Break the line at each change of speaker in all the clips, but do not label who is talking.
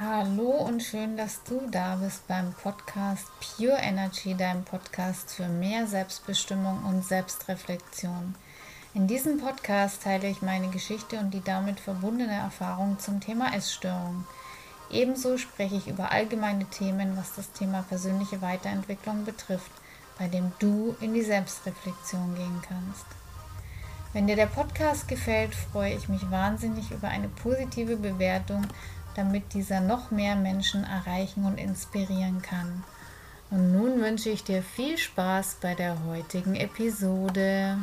Hallo und schön, dass du da bist beim Podcast Pure Energy, deinem Podcast für mehr Selbstbestimmung und Selbstreflexion. In diesem Podcast teile ich meine Geschichte und die damit verbundene Erfahrung zum Thema Essstörung. Ebenso spreche ich über allgemeine Themen, was das Thema persönliche Weiterentwicklung betrifft, bei dem du in die Selbstreflexion gehen kannst. Wenn dir der Podcast gefällt, freue ich mich wahnsinnig über eine positive Bewertung, damit dieser noch mehr Menschen erreichen und inspirieren kann. Und nun wünsche ich dir viel Spaß bei der heutigen Episode.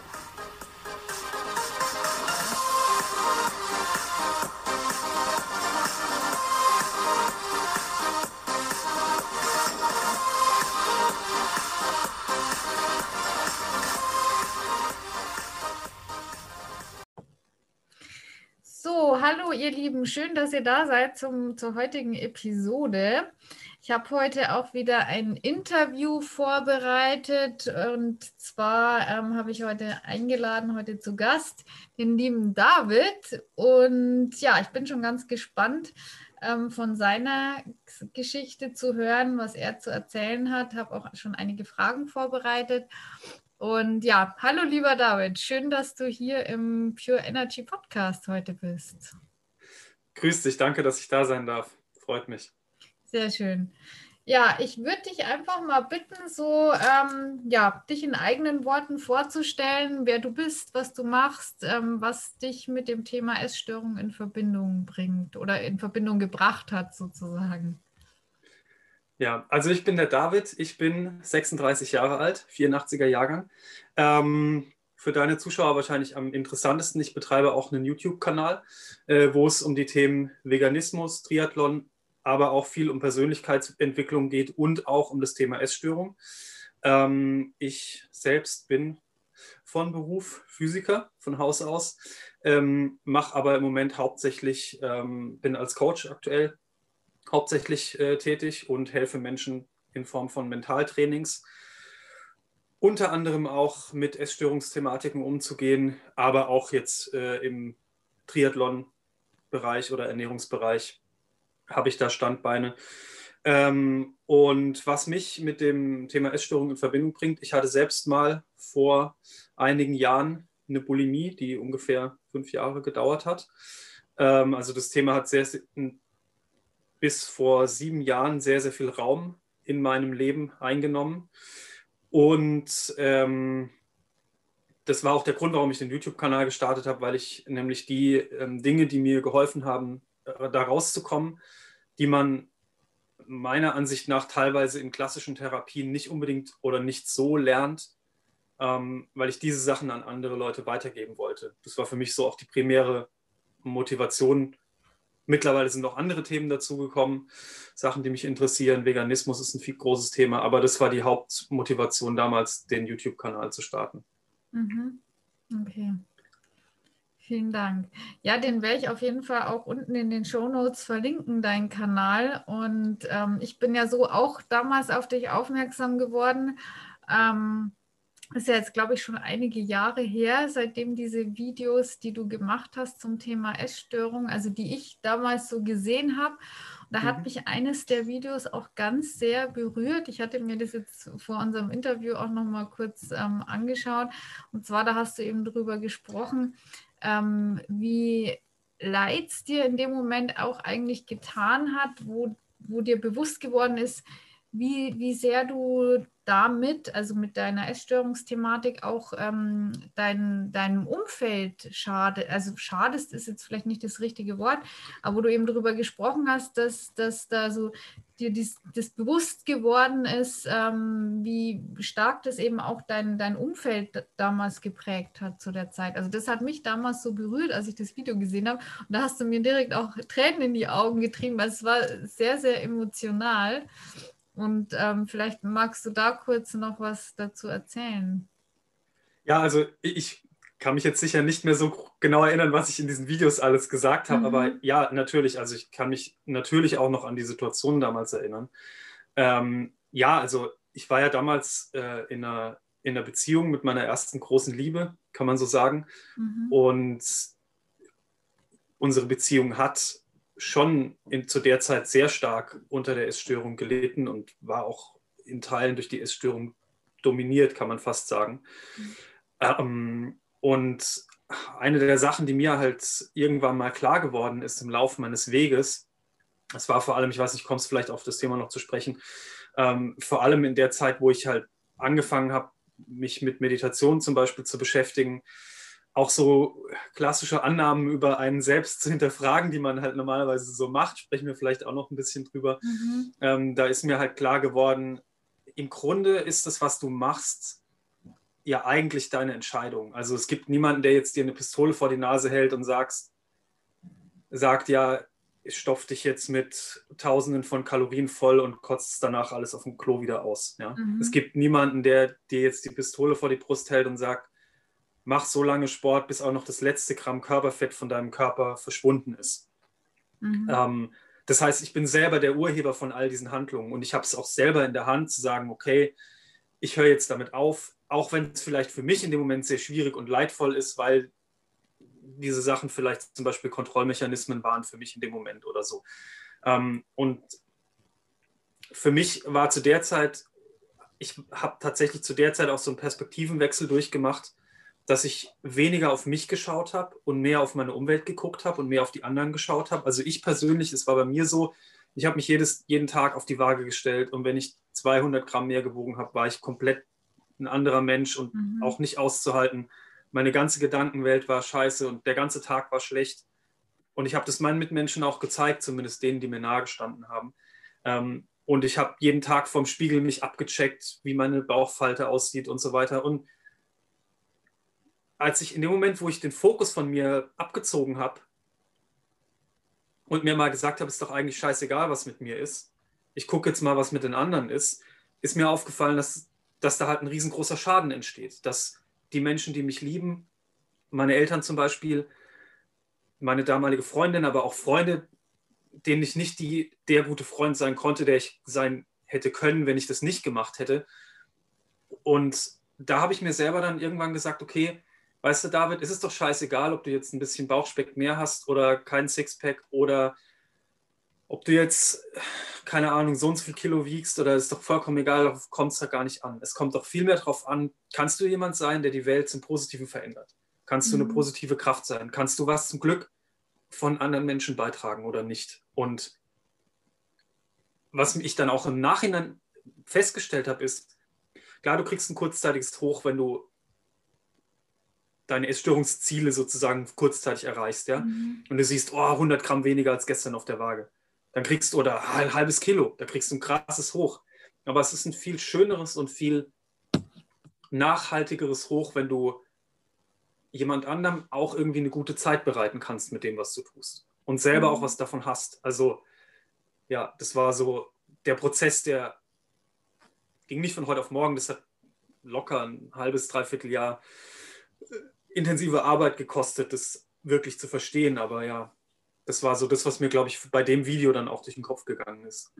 So, hallo ihr Lieben, schön, dass ihr da seid zur heutigen Episode. Ich habe heute auch wieder ein Interview vorbereitet und zwar habe ich heute zu Gast, den lieben David. Und ja, ich bin schon ganz gespannt, von seiner Geschichte zu hören, was er zu erzählen hat. Habe auch schon einige Fragen vorbereitet. Und ja, hallo lieber David, schön, dass du hier im Pure Energy Podcast heute bist.
Grüß dich, danke, dass ich da sein darf. Freut mich.
Sehr schön. Ja, ich würde dich einfach mal bitten, so dich in eigenen Worten vorzustellen, wer du bist, was du machst, was dich mit dem Thema Essstörung in Verbindung bringt oder in Verbindung gebracht hat, sozusagen.
Ja, also ich bin der David, ich bin 36 Jahre alt, 84er Jahrgang. Für deine Zuschauer wahrscheinlich am interessantesten, ich betreibe auch einen YouTube-Kanal, wo es um die Themen Veganismus, Triathlon, aber auch viel um Persönlichkeitsentwicklung geht und auch um das Thema Essstörung. Ich selbst bin von Beruf Physiker von Haus aus, mache aber im Moment hauptsächlich, bin als Coach aktuell hauptsächlich tätig und helfe Menschen in Form von Mentaltrainings, unter anderem auch mit Essstörungsthematiken umzugehen, aber auch jetzt im Triathlon-Bereich oder Ernährungsbereich habe ich da Standbeine. Und was mich mit dem Thema Essstörung in Verbindung bringt, ich hatte selbst mal vor einigen Jahren eine Bulimie, die ungefähr 5 Jahre gedauert hat. Also das Thema hat bis vor 7 Jahren sehr, sehr viel Raum in meinem Leben eingenommen. Und das war auch der Grund, warum ich den YouTube-Kanal gestartet habe, weil ich nämlich die Dinge, die mir geholfen haben, da rauszukommen, die man meiner Ansicht nach teilweise in klassischen Therapien nicht unbedingt oder nicht so lernt, weil ich diese Sachen an andere Leute weitergeben wollte. Das war für mich so auch die primäre Motivation. Mittlerweile sind noch andere Themen dazugekommen, Sachen, die mich interessieren. Veganismus ist ein viel großes Thema, aber das war die Hauptmotivation damals, den YouTube-Kanal zu starten.
Mhm. Okay. Vielen Dank. Ja, den werde ich auf jeden Fall auch unten in den Shownotes verlinken, deinen Kanal. Und ich bin ja so auch damals auf dich aufmerksam geworden. Ist ja jetzt, glaube ich, schon einige Jahre her, seitdem diese Videos, die du gemacht hast zum Thema Essstörung, also die ich damals so gesehen habe. Und da hat mich eines der Videos auch ganz sehr berührt. Ich hatte mir das jetzt vor unserem Interview auch noch mal kurz angeschaut. Und zwar, da hast du eben drüber gesprochen, wie leid es dir in dem Moment auch eigentlich getan hat, wo dir bewusst geworden ist, wie sehr du damit, also mit deiner Essstörungsthematik auch deinem Umfeld schadest ist jetzt vielleicht nicht das richtige Wort, aber wo du eben darüber gesprochen hast, dass da so dir das bewusst geworden ist, wie stark das eben auch dein Umfeld damals geprägt hat zu der Zeit. Also das hat mich damals so berührt, als ich das Video gesehen habe. Und da hast du mir direkt auch Tränen in die Augen getrieben, weil es war sehr, sehr emotional. Und vielleicht magst du da kurz noch was dazu erzählen.
Ja, also ich kann mich jetzt sicher nicht mehr so genau erinnern, was ich in diesen Videos alles gesagt habe, aber
Mhm.
ja, natürlich, also ich kann mich natürlich auch noch an die Situation damals erinnern. Ja, also ich war ja damals in einer Beziehung mit meiner ersten großen Liebe, kann man so sagen.
Mhm.
Und unsere Beziehung hat schon zu der Zeit sehr stark unter der Essstörung gelitten und war auch in Teilen durch die Essstörung dominiert, kann man fast sagen. Und eine der Sachen, die mir halt irgendwann mal klar geworden ist im Laufe meines Weges, das war vor allem, ich weiß nicht, kommst vielleicht auf das Thema noch zu sprechen, vor allem in der Zeit, wo ich halt angefangen habe, mich mit Meditation zum Beispiel zu beschäftigen, auch so klassische Annahmen über einen selbst zu hinterfragen, die man halt normalerweise so macht, sprechen wir vielleicht auch noch ein bisschen drüber. Da ist mir halt klar geworden, im Grunde ist das, was du machst, ja eigentlich deine Entscheidung. Also es gibt niemanden, der jetzt dir eine Pistole vor die Nase hält und sagt, ja, ich stopf dich jetzt mit Tausenden von Kalorien voll und kotzt danach alles auf dem Klo wieder aus. Ja? Es gibt niemanden, der dir jetzt die Pistole vor die Brust hält und sagt, mach so lange Sport, bis auch noch das letzte Gramm Körperfett von deinem Körper verschwunden ist. Das heißt, ich bin selber der Urheber von all diesen Handlungen und ich habe es auch selber in der Hand zu sagen, okay, ich höre jetzt damit auf, auch wenn es vielleicht für mich in dem Moment sehr schwierig und leidvoll ist, weil diese Sachen vielleicht zum Beispiel Kontrollmechanismen waren für mich in dem Moment oder so. Und für mich war zu der Zeit, ich habe tatsächlich zu der Zeit auch so einen Perspektivenwechsel durchgemacht, dass ich weniger auf mich geschaut habe und mehr auf meine Umwelt geguckt habe und mehr auf die anderen geschaut habe. Also ich persönlich, es war bei mir so, ich habe mich jeden Tag auf die Waage gestellt und wenn ich 200 Gramm mehr gewogen habe, war ich komplett ein anderer Mensch und auch nicht auszuhalten. Meine ganze Gedankenwelt war scheiße und der ganze Tag war schlecht. Und ich habe das meinen Mitmenschen auch gezeigt, zumindest denen, die mir nahe gestanden haben. Und ich habe jeden Tag vorm Spiegel mich abgecheckt, wie meine Bauchfalte aussieht und so weiter. Und als ich in dem Moment, wo ich den Fokus von mir abgezogen habe und mir mal gesagt habe, ist doch eigentlich scheißegal, was mit mir ist, ich gucke jetzt mal, was mit den anderen ist mir aufgefallen, dass da halt ein riesengroßer Schaden entsteht. Dass die Menschen, die mich lieben, meine Eltern zum Beispiel, meine damalige Freundin, aber auch Freunde, denen ich nicht der gute Freund sein konnte, der ich sein hätte können, wenn ich das nicht gemacht hätte. Und da habe ich mir selber dann irgendwann gesagt, okay, weißt du, David, ist es doch scheißegal, ob du jetzt ein bisschen Bauchspeck mehr hast oder kein Sixpack oder ob du jetzt, keine Ahnung, so und so viel Kilo wiegst oder ist doch vollkommen egal, darauf kommt es da gar nicht an. Es kommt doch viel mehr darauf an, kannst du jemand sein, der die Welt zum Positiven verändert? Kannst du eine positive Kraft sein? Kannst du was zum Glück von anderen Menschen beitragen oder nicht? Und was ich dann auch im Nachhinein festgestellt habe, ist, klar, du kriegst ein kurzzeitiges Hoch, wenn du deine Essstörungsziele sozusagen kurzzeitig erreichst, ja, und du siehst, oh, 100 Gramm weniger als gestern auf der Waage. Dann kriegst du, oder ein halbes Kilo, da kriegst du ein krasses Hoch. Aber es ist ein viel schöneres und viel nachhaltigeres Hoch, wenn du jemand anderem auch irgendwie eine gute Zeit bereiten kannst mit dem, was du tust. Und selber auch was davon hast. Also, ja, das war so der Prozess, der ging nicht von heute auf morgen, das hat locker ein halbes, dreiviertel Jahr intensive Arbeit gekostet, das wirklich zu verstehen. Aber ja, das war so das, was mir, glaube ich, bei dem Video dann auch durch den Kopf gegangen ist.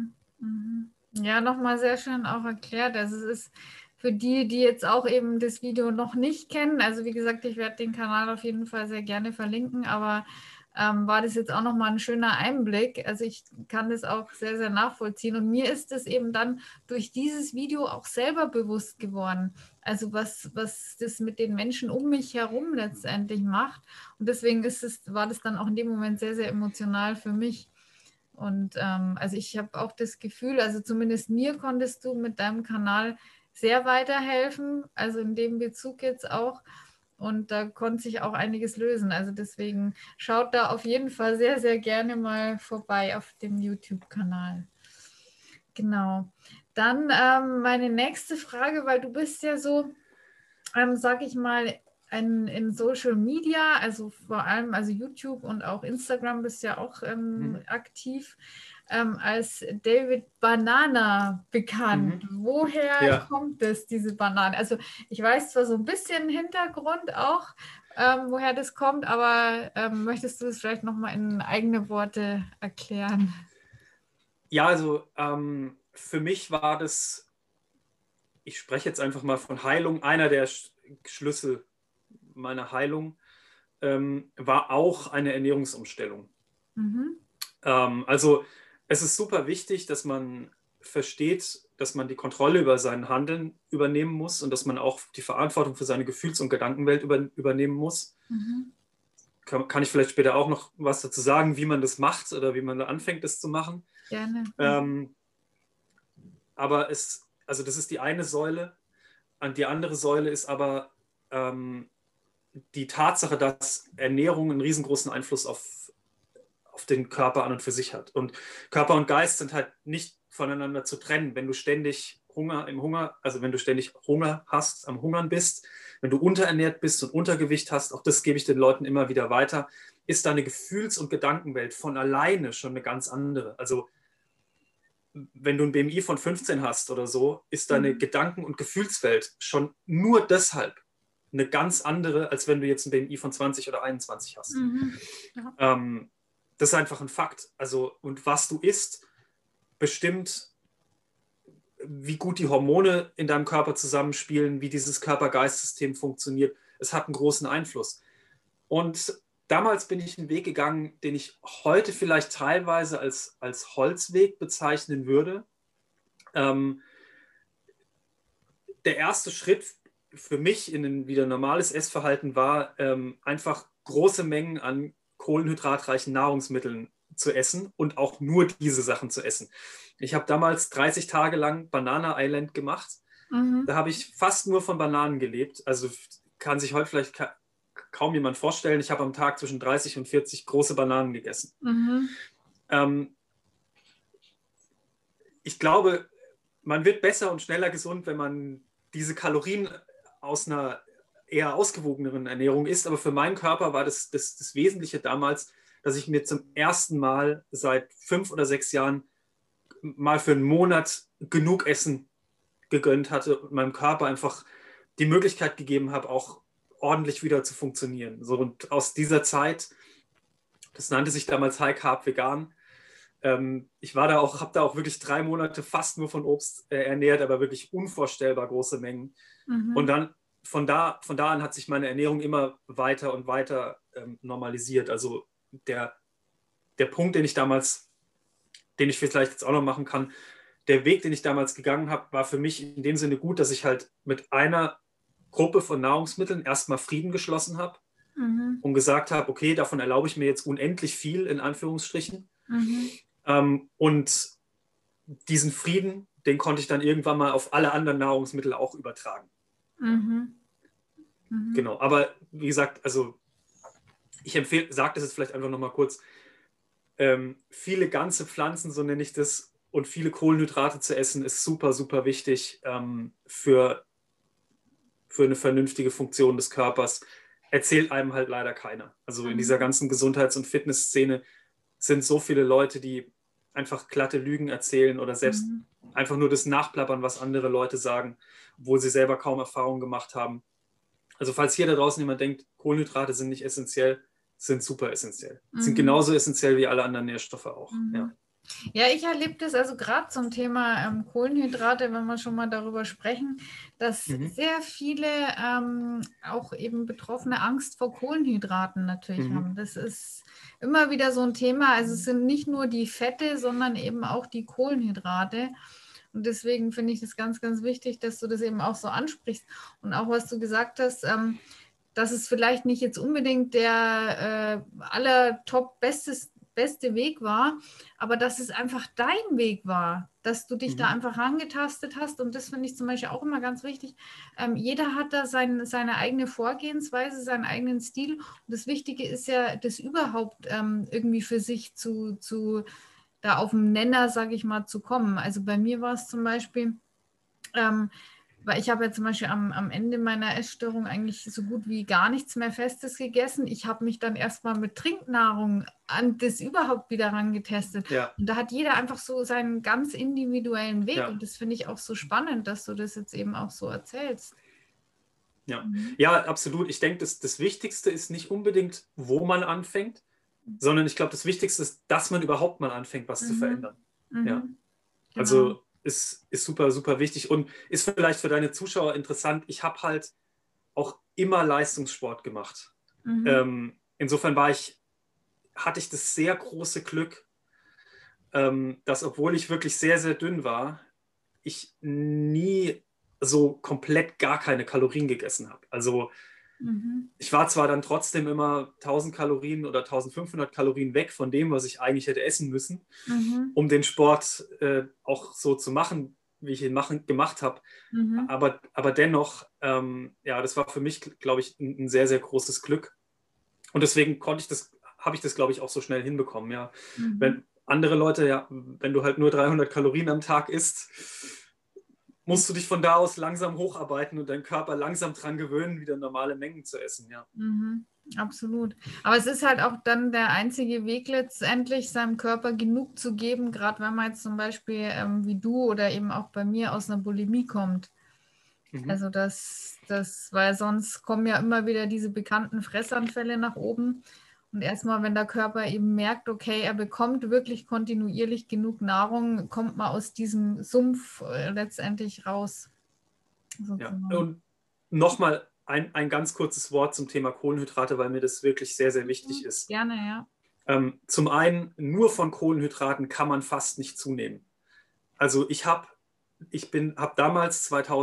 Ja, nochmal sehr schön auch erklärt. Also es ist für die, die jetzt auch eben das Video noch nicht kennen, also wie gesagt, ich werde den Kanal auf jeden Fall sehr gerne verlinken, aber war das jetzt auch nochmal ein schöner Einblick. Also ich kann das auch sehr, sehr nachvollziehen. Und mir ist es eben dann durch dieses Video auch selber bewusst geworden. Also was das mit den Menschen um mich herum letztendlich macht. Und deswegen war das dann auch in dem Moment sehr, sehr emotional für mich. Und also ich habe auch das Gefühl, also zumindest mir konntest du mit deinem Kanal sehr weiterhelfen, also in dem Bezug jetzt auch. Und da konnte sich auch einiges lösen. Also deswegen schaut da auf jeden Fall sehr, sehr gerne mal vorbei auf dem YouTube-Kanal. Genau. Dann meine nächste Frage, weil du bist ja so, sag ich mal, in Social Media, also vor allem also YouTube und auch Instagram bist ja auch aktiv, als David Banana bekannt. Woher kommt es, diese Banane? Also ich weiß zwar so ein bisschen Hintergrund auch, woher das kommt, aber möchtest du es vielleicht nochmal in eigene Worte erklären?
Ja, also für mich war das, ich spreche jetzt einfach mal von Heilung, einer der Schlüssel meiner Heilung war auch eine Ernährungsumstellung. Also es ist super wichtig, dass man versteht, dass man die Kontrolle über sein Handeln übernehmen muss und dass man auch die Verantwortung für seine Gefühls- und Gedankenwelt übernehmen muss.
Mhm.
Kann ich vielleicht später auch noch was dazu sagen, wie man das macht oder wie man da anfängt, das zu machen.
Gerne.
Aber also das ist die eine Säule. Und die andere Säule ist aber die Tatsache, dass Ernährung einen riesengroßen Einfluss auf den Körper an und für sich hat. Und Körper und Geist sind halt nicht voneinander zu trennen. Wenn du ständig also wenn du ständig Hunger hast, am Hungern bist, wenn du unterernährt bist und Untergewicht hast, auch das gebe ich den Leuten immer wieder weiter, ist deine Gefühls- und Gedankenwelt von alleine schon eine ganz andere. Also wenn du ein BMI von 15 hast oder so, ist deine Gedanken- und Gefühlswelt schon nur deshalb eine ganz andere, als wenn du jetzt ein BMI von 20 oder 21 hast.
Ja.
Das ist einfach ein Fakt. Also, und was du isst, bestimmt, wie gut die Hormone in deinem Körper zusammenspielen, wie dieses Körper-Geist-System funktioniert. Es hat einen großen Einfluss. Und damals bin ich einen Weg gegangen, den ich heute vielleicht teilweise als Holzweg bezeichnen würde. Der erste Schritt für mich in ein wieder normales Essverhalten war, einfach große Mengen an kohlenhydratreichen Nahrungsmitteln zu essen und auch nur diese Sachen zu essen. Ich habe damals 30 Tage lang Banana Island gemacht. Da habe ich fast nur von Bananen gelebt. Also kann sich heute vielleicht kaum jemand vorstellen. Ich habe am Tag zwischen 30 und 40 große Bananen gegessen. Ich glaube, man wird besser und schneller gesund, wenn man diese Kalorien aus einer eher ausgewogeneren Ernährung isst. Aber für meinen Körper war das Wesentliche damals, dass ich mir zum ersten Mal seit 5 oder 6 Jahren mal für einen Monat genug Essen gegönnt hatte und meinem Körper einfach die Möglichkeit gegeben habe, auch ordentlich wieder zu funktionieren. So, und aus dieser Zeit, das nannte sich damals High Carb Vegan, ich habe da auch wirklich 3 Monate fast nur von Obst ernährt, aber wirklich unvorstellbar große Mengen. Und dann von da an hat sich meine Ernährung immer weiter und weiter normalisiert. Also der Punkt, den ich vielleicht jetzt auch noch machen kann, der Weg, den ich damals gegangen habe, war für mich in dem Sinne gut, dass ich halt mit einer Gruppe von Nahrungsmitteln erstmal Frieden geschlossen habe und gesagt habe, okay, davon erlaube ich mir jetzt unendlich viel, in Anführungsstrichen. Und diesen Frieden, den konnte ich dann irgendwann mal auf alle anderen Nahrungsmittel auch übertragen. Genau, aber wie gesagt, also ich sage das jetzt vielleicht einfach nochmal kurz, viele ganze Pflanzen, so nenne ich das, und viele Kohlenhydrate zu essen, ist super, super wichtig für eine vernünftige Funktion des Körpers. Erzählt einem halt leider keiner. Also in dieser ganzen Gesundheits- und Fitnessszene sind so viele Leute, die einfach glatte Lügen erzählen oder selbst einfach nur das nachplappern, was andere Leute sagen, obwohl sie selber kaum Erfahrung gemacht haben. Also falls hier da draußen jemand denkt, Kohlenhydrate sind nicht essentiell, sind super essentiell. Sind genauso essentiell wie alle anderen Nährstoffe auch. Ja.
Ja, ich erlebe das also gerade zum Thema Kohlenhydrate, wenn wir schon mal darüber sprechen, dass sehr viele auch eben Betroffene Angst vor Kohlenhydraten natürlich haben. Das ist immer wieder so ein Thema. Also es sind nicht nur die Fette, sondern eben auch die Kohlenhydrate. Und deswegen finde ich das ganz, ganz wichtig, dass du das eben auch so ansprichst. Und auch was du gesagt hast, dass es vielleicht nicht jetzt unbedingt der aller top beste Weg war, aber dass es einfach dein Weg war, dass du dich da einfach rangetastet hast. Und das finde ich zum Beispiel auch immer ganz wichtig. Jeder hat da seine eigene Vorgehensweise, seinen eigenen Stil. Und das Wichtige ist ja, das überhaupt irgendwie für sich da auf den Nenner, sage ich mal, zu kommen. Also bei mir war es zum Beispiel, weil ich habe ja zum Beispiel am Ende meiner Essstörung eigentlich so gut wie gar nichts mehr Festes gegessen. Ich habe mich dann erstmal mit Trinknahrung an das überhaupt wieder rangetestet.
Ja.
Und da hat jeder einfach so seinen ganz individuellen Weg.
Ja.
Und das finde ich auch so spannend, dass du das jetzt eben auch so erzählst.
Ja, ja, absolut. Ich denke, das Wichtigste ist nicht unbedingt, wo man anfängt, sondern ich glaube, das Wichtigste ist, dass man überhaupt mal anfängt, was zu verändern. Ja. Also ist super, super wichtig und ist vielleicht für deine Zuschauer interessant. Ich habe halt auch immer Leistungssport gemacht. Insofern hatte ich das sehr große Glück, dass, obwohl ich wirklich sehr, sehr dünn war, ich nie so komplett gar keine Kalorien gegessen habe. Also ich war zwar dann trotzdem immer 1000 Kalorien oder 1500 Kalorien weg von dem, was ich eigentlich hätte essen müssen,
Mhm.
um den Sport auch so zu machen, wie ich ihn gemacht habe.
Mhm.
Aber dennoch, ja, das war für mich, glaube ich, ein sehr, sehr großes Glück. Und deswegen habe ich das, glaube ich, auch so schnell hinbekommen. Ja.
Mhm.
Wenn andere Leute, ja, wenn du halt nur 300 Kalorien am Tag isst, musst du dich von da aus langsam hocharbeiten und deinen Körper langsam dran gewöhnen, wieder normale Mengen zu essen. Ja.
Mhm. Absolut. Aber es ist halt auch dann der einzige Weg, letztendlich seinem Körper genug zu geben, gerade wenn man jetzt zum Beispiel wie du oder eben auch bei mir aus einer Bulimie kommt.
Mhm.
Also weil sonst kommen ja immer wieder diese bekannten Fressanfälle nach oben. Und erstmal, wenn der Körper eben merkt, okay, er bekommt wirklich kontinuierlich genug Nahrung, kommt man aus diesem Sumpf letztendlich raus.
Ja.
Sozusagen.
Und nochmal ein ganz kurzes Wort zum Thema Kohlenhydrate, weil mir das wirklich sehr, sehr wichtig ist.
Gerne, ja.
Zum einen, nur von Kohlenhydraten kann man fast nicht zunehmen. Also habe damals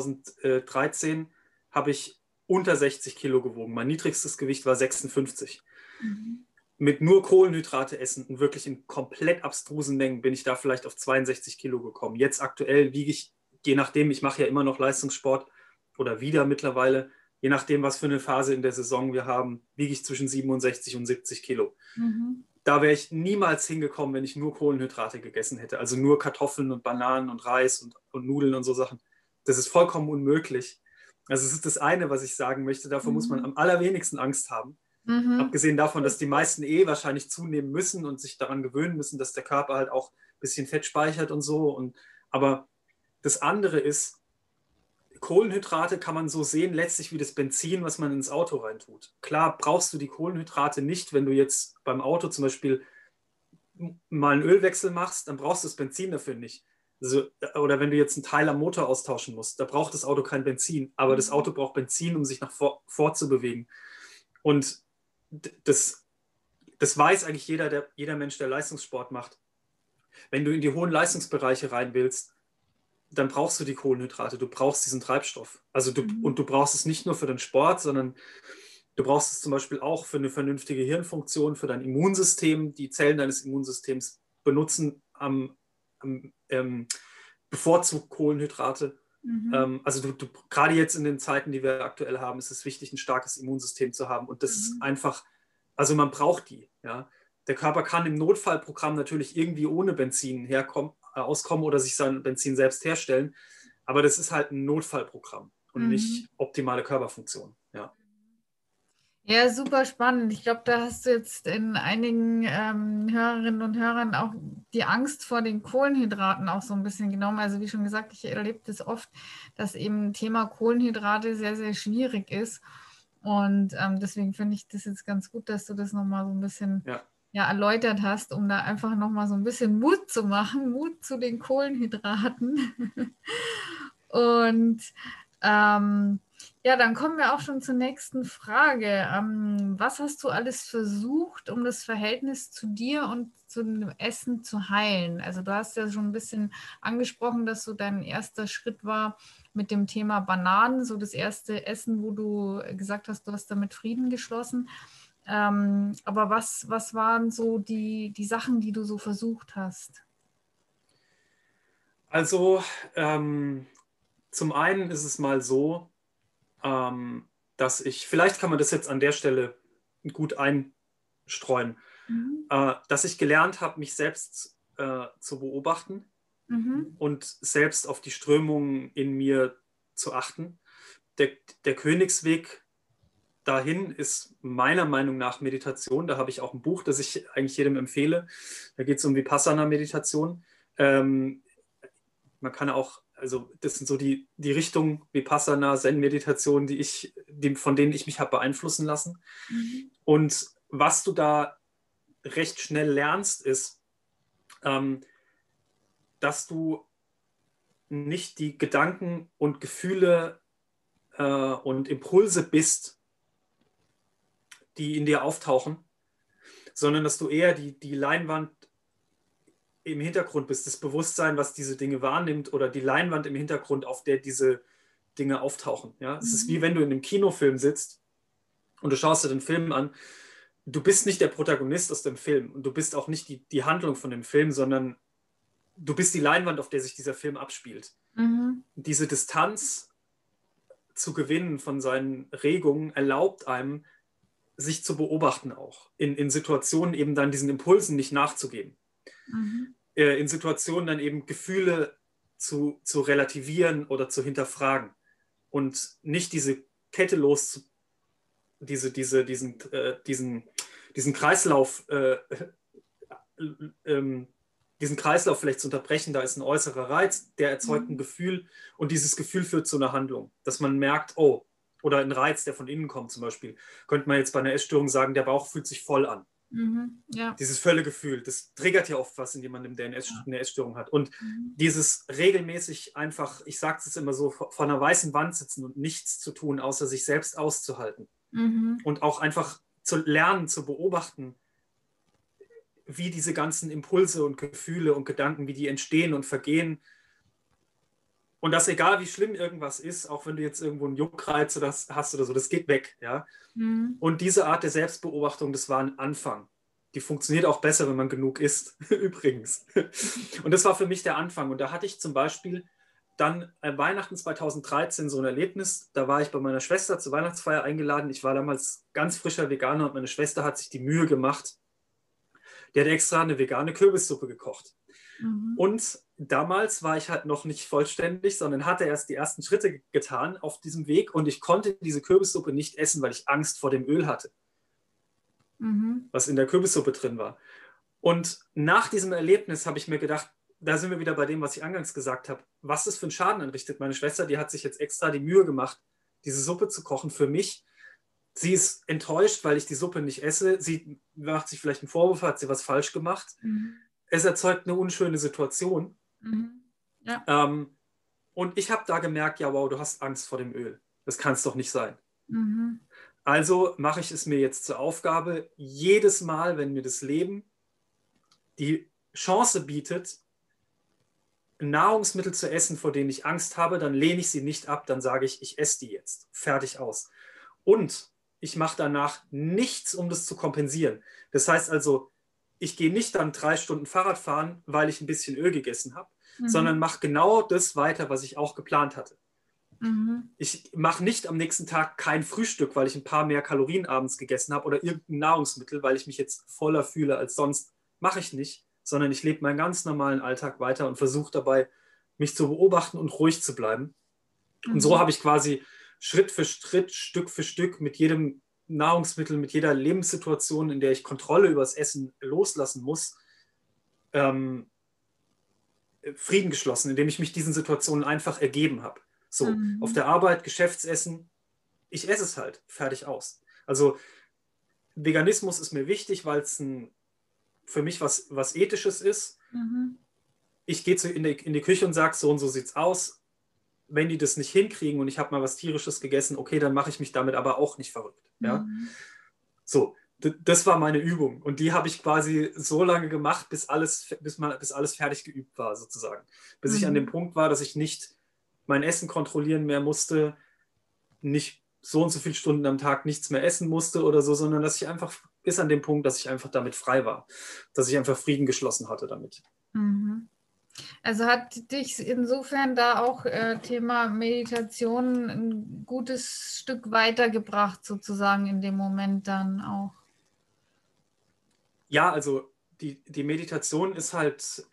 2013 habe ich unter 60 Kilo gewogen. Mein niedrigstes Gewicht war 56.
Mhm.
Mit nur Kohlenhydrate essen und wirklich in komplett abstrusen Mengen bin ich da vielleicht auf 62 Kilo gekommen. Jetzt aktuell wiege ich, je nachdem, ich mache ja immer noch Leistungssport oder wieder mittlerweile, je nachdem, was für eine Phase in der Saison wir haben, wiege ich zwischen 67 und 70 Kilo.
Mhm.
Da wäre ich niemals hingekommen, wenn ich nur Kohlenhydrate gegessen hätte. Also nur Kartoffeln und Bananen und Reis und Nudeln und so Sachen. Das ist vollkommen unmöglich. Also es ist das eine, was ich sagen möchte. Davor muss man
Mhm.
am allerwenigsten Angst haben.
Mhm.
Abgesehen davon, dass die meisten wahrscheinlich zunehmen müssen und sich daran gewöhnen müssen, dass der Körper halt auch ein bisschen Fett speichert und so. Aber das andere ist, Kohlenhydrate kann man so sehen, letztlich wie das Benzin, was man ins Auto reintut. Klar brauchst du die Kohlenhydrate nicht, wenn du jetzt beim Auto zum Beispiel mal einen Ölwechsel machst, dann brauchst du das Benzin dafür nicht. Also, oder wenn du jetzt einen Teil am Motor austauschen musst, da braucht das Auto kein Benzin, aber das Auto braucht Benzin, um sich nach vorzubewegen. Und das, das weiß eigentlich jeder Mensch, der Leistungssport macht. Wenn du in die hohen Leistungsbereiche rein willst, dann brauchst du die Kohlenhydrate, du brauchst diesen Treibstoff.
Mhm.
Und du brauchst es nicht nur für den Sport, sondern du brauchst es zum Beispiel auch für eine vernünftige Hirnfunktion, für dein Immunsystem. Die Zellen deines Immunsystems benutzen bevorzugt Kohlenhydrate.
Mhm.
Also gerade jetzt in den Zeiten, die wir aktuell haben, ist es wichtig, ein starkes Immunsystem zu haben. Und das ist
Mhm.
einfach, also man braucht die. Ja. Der Körper kann im Notfallprogramm natürlich irgendwie ohne Benzin auskommen oder sich sein Benzin selbst herstellen. Aber das ist halt ein Notfallprogramm und
Mhm.
nicht optimale Körperfunktion. Ja.
Ja, super spannend. Ich glaube, da hast du jetzt in einigen Hörerinnen und Hörern auch die Angst vor den Kohlenhydraten auch so ein bisschen genommen. Also wie schon gesagt, ich erlebe das oft, dass eben Thema Kohlenhydrate sehr, sehr schwierig ist. Und deswegen finde ich das jetzt ganz gut, dass du das nochmal so ein bisschen
Ja.
ja, erläutert hast, um da einfach nochmal so ein bisschen Mut zu machen, Mut zu den Kohlenhydraten. Und ja, dann kommen wir auch schon zur nächsten Frage. Was hast du alles versucht, um das Verhältnis zu dir und zu dem Essen zu heilen? Also du hast ja schon ein bisschen angesprochen, dass so dein erster Schritt war mit dem Thema Bananen, so das erste Essen, wo du gesagt hast, du hast damit Frieden geschlossen. Aber was waren so die Sachen, die du so versucht hast?
Also zum einen ist es mal so, dass vielleicht kann man das jetzt an der Stelle gut einstreuen,
Mhm.
dass ich gelernt habe, mich selbst zu beobachten
Mhm.
und selbst auf die Strömungen in mir zu achten. Der, der Königsweg dahin ist meiner Meinung nach Meditation. Da habe ich auch ein Buch, das ich eigentlich jedem empfehle. Da geht es um Vipassana-Meditation. Ähm, Man kann auch, also das sind so die Richtungen Vipassana, Zen-Meditation, von denen ich mich habe beeinflussen lassen.
Mhm.
Und was du da recht schnell lernst, ist, ähm, dass du nicht die Gedanken und Gefühle und Impulse bist, die in dir auftauchen, sondern dass du eher die Leinwand im Hintergrund bist, das Bewusstsein, was diese Dinge wahrnimmt oder die Leinwand im Hintergrund, auf der diese Dinge auftauchen. Ja? Es ist wie wenn du in einem Kinofilm sitzt und du schaust dir den Film an. Du bist nicht der Protagonist aus dem Film und du bist auch nicht die Handlung von dem Film, sondern du bist die Leinwand, auf der sich dieser Film abspielt. Diese Distanz zu gewinnen von seinen Regungen erlaubt einem, sich zu beobachten auch. In Situationen eben dann diesen Impulsen nicht nachzugeben. In Situationen dann eben Gefühle zu relativieren oder zu hinterfragen und nicht diese Kette diesen Kreislauf diesen Kreislauf vielleicht zu unterbrechen. Da ist ein äußerer Reiz, der erzeugt ein Gefühl und dieses Gefühl führt zu einer Handlung, dass man merkt, oh, oder ein Reiz, der von innen kommt zum Beispiel, könnte man jetzt bei einer Essstörung sagen, der Bauch fühlt sich voll an.
Ja.
Dieses Völlegefühl, das triggert ja oft was in jemandem, der eine Essstörung hat. Und dieses regelmäßig einfach, ich sage es immer so, vor einer weißen Wand sitzen und nichts zu tun, außer sich selbst auszuhalten. Und auch einfach zu lernen, zu beobachten, wie diese ganzen Impulse und Gefühle und Gedanken, wie die entstehen und vergehen. Und das, egal wie schlimm irgendwas ist, auch wenn du jetzt irgendwo einen Juckreiz hast oder so, das geht weg. Ja? Und diese Art der Selbstbeobachtung, das war ein Anfang. Die funktioniert auch besser, wenn man genug isst, übrigens. Und das war für mich der Anfang. Und da hatte ich zum Beispiel dann Weihnachten 2013 so ein Erlebnis. Da war ich bei meiner Schwester zur Weihnachtsfeier eingeladen. Ich war damals ganz frischer Veganer und meine Schwester hat sich die Mühe gemacht. Die hat extra eine vegane Kürbissuppe gekocht. Und damals war ich halt noch nicht vollständig, sondern hatte erst die ersten Schritte getan auf diesem Weg und ich konnte diese Kürbissuppe nicht essen, weil ich Angst vor dem Öl hatte, was in der Kürbissuppe drin war. Und nach diesem Erlebnis habe ich mir gedacht, da sind wir wieder bei dem, was ich eingangs gesagt habe, was das für einen Schaden anrichtet. Meine Schwester, die hat sich jetzt extra die Mühe gemacht, diese Suppe zu kochen für mich. Sie ist enttäuscht, weil ich die Suppe nicht esse. Sie macht sich vielleicht einen Vorwurf, hat sie was falsch gemacht. Es erzeugt eine unschöne Situation.
Ja.
Und ich habe da gemerkt, ja, wow, du hast Angst vor dem Öl. Das kann es doch nicht sein. Also mache ich es mir jetzt zur Aufgabe, jedes Mal, wenn mir das Leben die Chance bietet, Nahrungsmittel zu essen, vor denen ich Angst habe, dann lehne ich sie nicht ab, dann sage ich, ich esse die jetzt. Fertig aus. Und ich mache danach nichts, um das zu kompensieren. Das heißt also, ich gehe nicht dann 3 Stunden Fahrrad fahren, weil ich ein bisschen Öl gegessen habe, sondern mache genau das weiter, was ich auch geplant hatte. Ich mache nicht am nächsten Tag kein Frühstück, weil ich ein paar mehr Kalorien abends gegessen habe oder irgendein Nahrungsmittel, weil ich mich jetzt voller fühle als sonst. Mache ich nicht, sondern ich lebe meinen ganz normalen Alltag weiter und versuche dabei, mich zu beobachten und ruhig zu bleiben. Und so habe ich quasi Schritt für Schritt, Stück für Stück mit jedem Nahrungsmittel, mit jeder Lebenssituation, in der ich Kontrolle über das Essen loslassen muss, Frieden geschlossen, indem ich mich diesen Situationen einfach ergeben habe. So, auf der Arbeit, Geschäftsessen, ich esse es halt, fertig aus. Also Veganismus ist mir wichtig, weil es für mich was Ethisches ist. Ich gehe in die Küche und sage, so und so sieht's aus. Wenn die das nicht hinkriegen und ich habe mal was Tierisches gegessen, okay, dann mache ich mich damit aber auch nicht verrückt. Ja? So, das war meine Übung. Und die habe ich quasi so lange gemacht, bis alles fertig geübt war, sozusagen. Bis ich an dem Punkt war, dass ich nicht mein Essen kontrollieren mehr musste, nicht so und so viele Stunden am Tag nichts mehr essen musste oder so, sondern dass ich einfach bis an dem Punkt, dass ich einfach damit frei war. Dass ich einfach Frieden geschlossen hatte damit.
Also hat dich insofern da auch Thema Meditation ein gutes Stück weitergebracht, sozusagen in dem Moment dann auch?
Ja, also die Meditation ist halt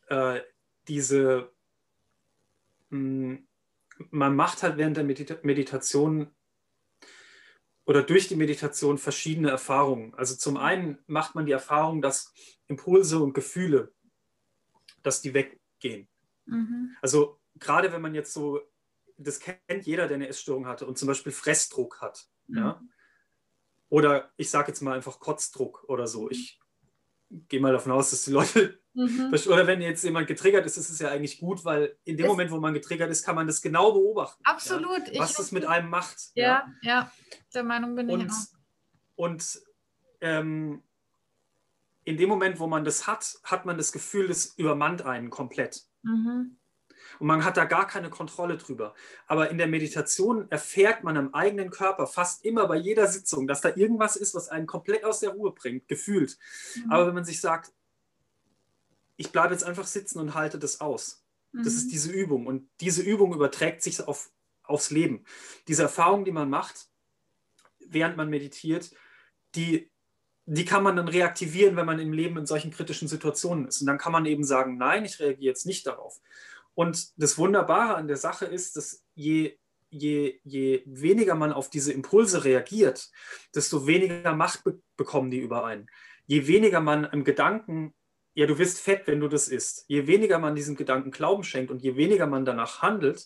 man macht halt während der Meditation oder durch die Meditation verschiedene Erfahrungen. Also zum einen macht man die Erfahrung, dass Impulse und Gefühle, dass die weggehen. Also gerade wenn man jetzt so, das kennt jeder, der eine Essstörung hatte und zum Beispiel Fressdruck hat. Ja? Oder ich sage jetzt mal einfach Kotzdruck oder so. Ich gehe mal davon aus, dass die Leute, oder wenn jetzt jemand getriggert ist, ist es ja eigentlich gut, weil in dem Moment, wo man getriggert ist, kann man das genau beobachten.
Absolut.
Ja? Was das mit einem macht.
Ja, der Meinung bin ich auch.
Und in dem Moment, wo man das hat, hat man das Gefühl, das übermannt einen komplett.
Mhm.
Und man hat da gar keine Kontrolle drüber. Aber in der Meditation erfährt man am eigenen Körper fast immer bei jeder Sitzung, dass da irgendwas ist, was einen komplett aus der Ruhe bringt, gefühlt. Aber wenn man sich sagt, ich bleibe jetzt einfach sitzen und halte das aus. Das ist diese Übung. Und diese Übung überträgt sich aufs Leben. Diese Erfahrung, die man macht, während man meditiert, die kann man dann reaktivieren, wenn man im Leben in solchen kritischen Situationen ist. Und dann kann man eben sagen, nein, ich reagiere jetzt nicht darauf. Und das Wunderbare an der Sache ist, dass je weniger man auf diese Impulse reagiert, desto weniger Macht bekommen die über einen. Je weniger man im Gedanken, ja, du wirst fett, wenn du das isst, je weniger man diesem Gedanken Glauben schenkt und je weniger man danach handelt,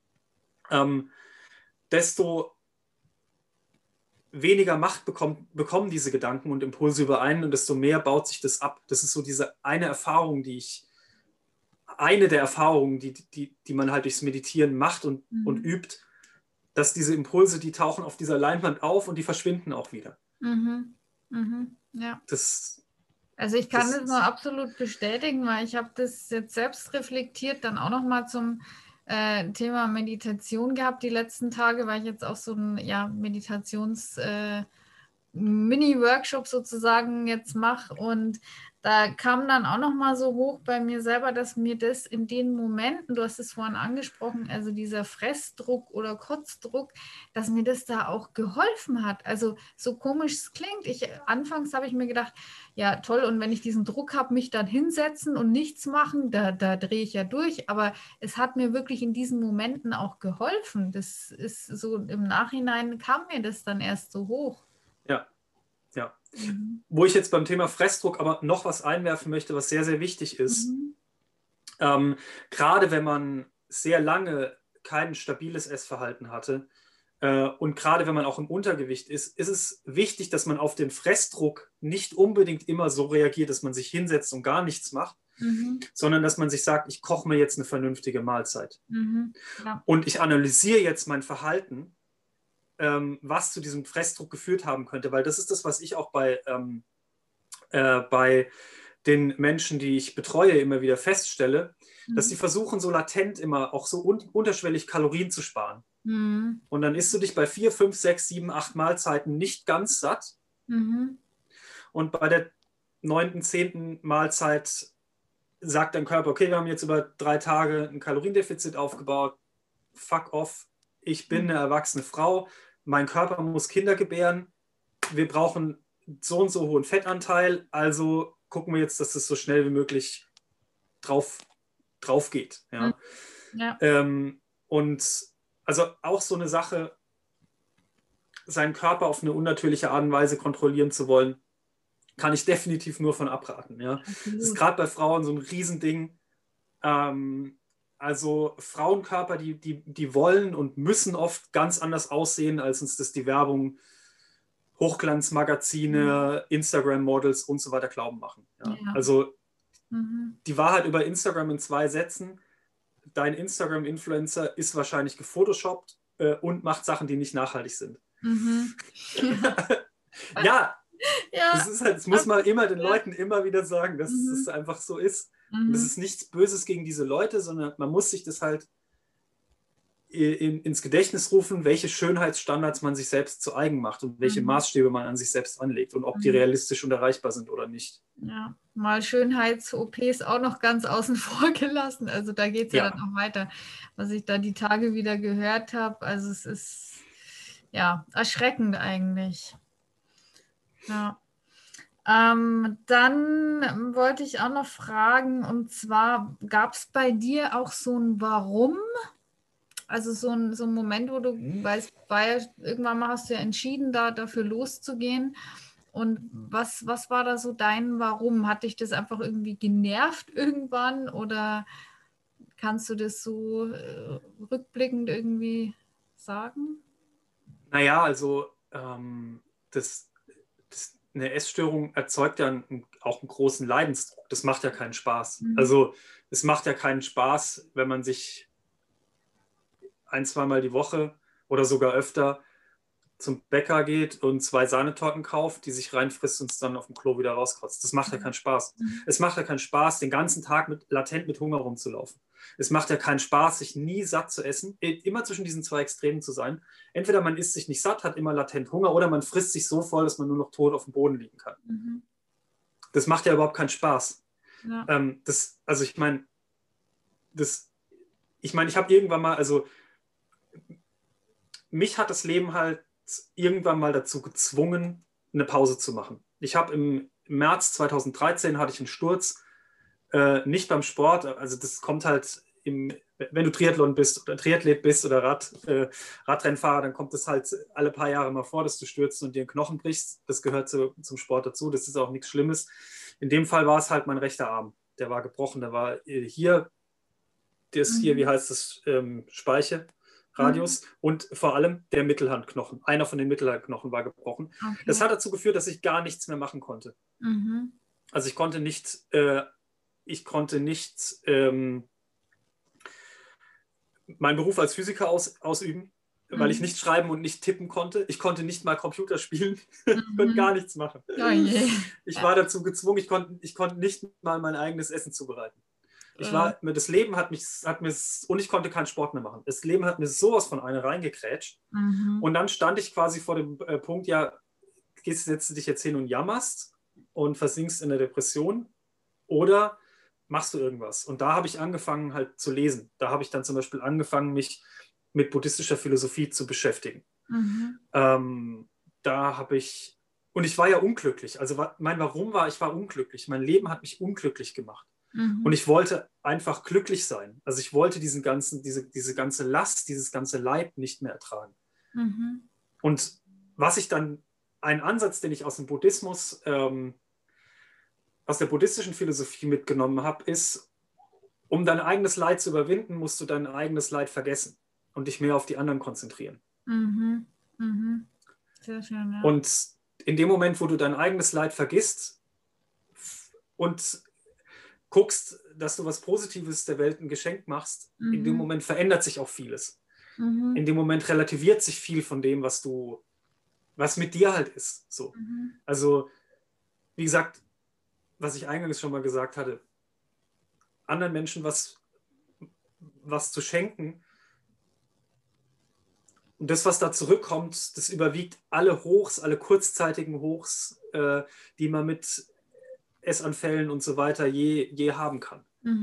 desto weniger Macht bekommen diese Gedanken und Impulse über einen und desto mehr baut sich das ab. Das ist so diese eine Erfahrung, eine der Erfahrungen, die man halt durchs Meditieren macht und übt, dass diese Impulse, die tauchen auf dieser Leinwand auf und die verschwinden auch wieder.
Ja.
Also
ich kann das nur absolut bestätigen, weil ich habe das jetzt selbst reflektiert, dann auch nochmal zum Thema Meditation gehabt die letzten Tage, weil ich jetzt auch so ein Meditations- Mini-Workshop sozusagen jetzt mache und da kam dann auch noch mal so hoch bei mir selber, dass mir das in den Momenten, du hast es vorhin angesprochen, also dieser Fressdruck oder Kotzdruck, dass mir das da auch geholfen hat. Also so komisch es klingt. Anfangs habe ich mir gedacht, ja toll, und wenn ich diesen Druck habe, mich dann hinsetzen und nichts machen, da drehe ich ja durch. Aber es hat mir wirklich in diesen Momenten auch geholfen. Das ist so, im Nachhinein kam mir das dann erst so hoch.
Ja. Wo ich jetzt beim Thema Fressdruck aber noch was einwerfen möchte, was sehr, sehr wichtig ist. Gerade wenn man sehr lange kein stabiles Essverhalten hatte und gerade wenn man auch im Untergewicht ist es wichtig, dass man auf den Fressdruck nicht unbedingt immer so reagiert, dass man sich hinsetzt und gar nichts macht, sondern dass man sich sagt, ich koche mir jetzt eine vernünftige Mahlzeit. Ja. Und ich analysiere jetzt mein Verhalten, was zu diesem Fressdruck geführt haben könnte, weil das ist das, was ich auch bei den Menschen, die ich betreue, immer wieder feststelle, dass sie versuchen, so latent immer auch so unterschwellig Kalorien zu sparen. Und dann isst du dich bei 4, 5, 6, 7, 8 Mahlzeiten nicht ganz satt. Und bei der 9., 10. Mahlzeit sagt dein Körper, okay, wir haben jetzt über 3 Tage ein Kaloriendefizit aufgebaut, fuck off, ich bin eine erwachsene Frau, mein Körper muss Kinder gebären, wir brauchen so und so hohen Fettanteil, also gucken wir jetzt, dass es so schnell wie möglich drauf geht. Ja. Und also auch so eine Sache, seinen Körper auf eine unnatürliche Art und Weise kontrollieren zu wollen, kann ich definitiv nur von abraten. Ja. Das ist gerade bei Frauen so ein Riesending. Also Frauenkörper, die wollen und müssen oft ganz anders aussehen, als uns das die Werbung, Hochglanzmagazine, Instagram-Models und so weiter glauben machen. Ja. Also die Wahrheit über Instagram in 2 Sätzen: Dein Instagram-Influencer ist wahrscheinlich gefotoshoppt und macht Sachen, die nicht nachhaltig sind. Ja, das ist halt, das muss man immer den Leuten immer wieder sagen, dass es einfach so ist. Und das ist nichts Böses gegen diese Leute, sondern man muss sich das halt ins Gedächtnis rufen, welche Schönheitsstandards man sich selbst zu eigen macht und welche Maßstäbe man an sich selbst anlegt und ob die realistisch und erreichbar sind oder nicht.
Ja, mal Schönheits-OPs auch noch ganz außen vor gelassen. Also da geht es ja dann auch weiter, was ich da die Tage wieder gehört habe. Also es ist ja erschreckend eigentlich. Ja. Dann wollte ich auch noch fragen, und zwar, gab es bei dir auch so ein Warum? Also so ein Moment, wo du weißt, irgendwann mal hast du ja entschieden, dafür loszugehen. Und was war da so dein Warum? Hat dich das einfach irgendwie genervt irgendwann oder kannst du das so rückblickend irgendwie sagen?
Naja, also eine Essstörung erzeugt ja auch einen großen Leidensdruck. Das macht ja keinen Spaß. Also es macht ja keinen Spaß, wenn man sich 1-, 2-mal die Woche oder sogar öfter zum Bäcker geht und 2 Sahnetorten kauft, die sich reinfrisst und es dann auf dem Klo wieder rauskotzt. Das macht ja keinen Spaß. Es macht ja keinen Spaß, den ganzen Tag latent mit Hunger rumzulaufen. Es macht ja keinen Spaß, sich nie satt zu essen, immer zwischen diesen 2 Extremen zu sein. Entweder man isst sich nicht satt, hat immer latent Hunger, oder man frisst sich so voll, dass man nur noch tot auf dem Boden liegen kann. Das macht ja überhaupt keinen Spaß.
Ja.
Also ich meine, ich habe irgendwann mal, also mich hat das Leben halt irgendwann mal dazu gezwungen, eine Pause zu machen. Ich habe im März 2013 hatte ich einen Sturz, nicht beim Sport, also das kommt halt, wenn du Triathlon bist oder Triathlet bist oder Radrennfahrer, dann kommt es halt alle paar Jahre mal vor, dass du stürzt und dir einen Knochen brichst. Das gehört zum Sport dazu, das ist auch nichts Schlimmes. In dem Fall war es halt mein rechter Arm, der war gebrochen, der war hier, wie heißt das, Speichradius und vor allem der Mittelhandknochen. Einer von den Mittelhandknochen war gebrochen. Okay. Das hat dazu geführt, dass ich gar nichts mehr machen konnte. Also ich konnte nicht meinen Beruf als Physiker ausüben, weil ich nicht schreiben und nicht tippen konnte. Ich konnte nicht mal Computer spielen und gar nichts machen.
Oh je.
Ich war dazu gezwungen, ich konnte nicht mal mein eigenes Essen zubereiten. Das Leben hat mir, und ich konnte keinen Sport mehr machen. Das Leben hat mir sowas von einer reingekrätscht. Und dann stand ich quasi vor dem Punkt, ja, setzt du dich jetzt hin und jammerst und versinkst in der Depression oder machst du irgendwas? Und da habe ich angefangen halt zu lesen. Da habe ich dann zum Beispiel angefangen, mich mit buddhistischer Philosophie zu beschäftigen. Und ich war ja unglücklich. Also mein Warum war, ich war unglücklich. Mein Leben hat mich unglücklich gemacht. Und ich wollte einfach glücklich sein. Also ich wollte diese ganze Last, dieses ganze Leid nicht mehr ertragen. Und ein Ansatz, den ich aus dem Buddhismus, aus der buddhistischen Philosophie mitgenommen habe, ist, um dein eigenes Leid zu überwinden, musst du dein eigenes Leid vergessen und dich mehr auf die anderen konzentrieren.
Sehr schön, ja.
Und in dem Moment, wo du dein eigenes Leid vergisst und guckst, dass du was Positives der Welt ein Geschenk machst, in dem Moment verändert sich auch vieles. In dem Moment relativiert sich viel von dem, was mit dir halt ist. So. Also, wie gesagt, was ich eingangs schon mal gesagt hatte, anderen Menschen was zu schenken und das, was da zurückkommt, das überwiegt alle Hochs, alle kurzzeitigen Hochs, die man mit Essanfällen und so weiter je haben kann.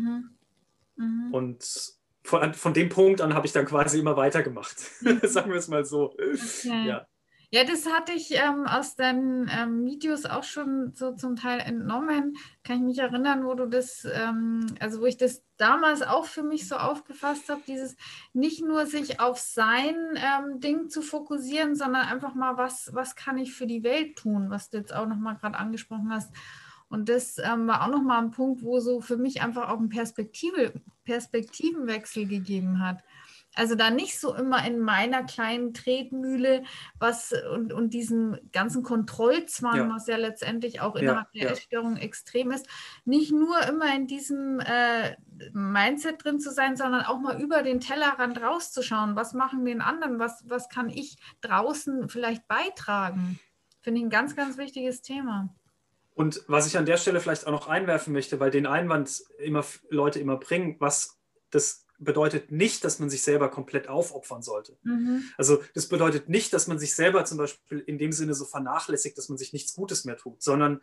Und von dem Punkt an habe ich dann quasi immer weitergemacht. Sagen wir es mal so.
Okay. Ja, das hatte ich aus deinen Videos auch schon so zum Teil entnommen. Kann ich mich erinnern, wo du das, wo ich das damals auch für mich so aufgefasst habe, dieses nicht nur sich auf sein Ding zu fokussieren, sondern einfach mal, was kann ich für die Welt tun, was du jetzt auch nochmal gerade angesprochen hast. Und das war auch nochmal ein Punkt, wo so für mich einfach auch ein Perspektivenwechsel gegeben hat. Also da nicht so immer in meiner kleinen Tretmühle und diesem ganzen Kontrollzwang, was ja letztendlich auch innerhalb der Essstörung extrem ist, nicht nur immer in diesem Mindset drin zu sein, sondern auch mal über den Tellerrand rauszuschauen. Was machen den anderen? Was kann ich draußen vielleicht beitragen? Finde ich ein ganz, ganz wichtiges Thema.
Und was ich an der Stelle vielleicht auch noch einwerfen möchte, weil den Einwand Leute immer bringen, das bedeutet nicht, dass man sich selber komplett aufopfern sollte. Also das bedeutet nicht, dass man sich selber zum Beispiel in dem Sinne so vernachlässigt, dass man sich nichts Gutes mehr tut, sondern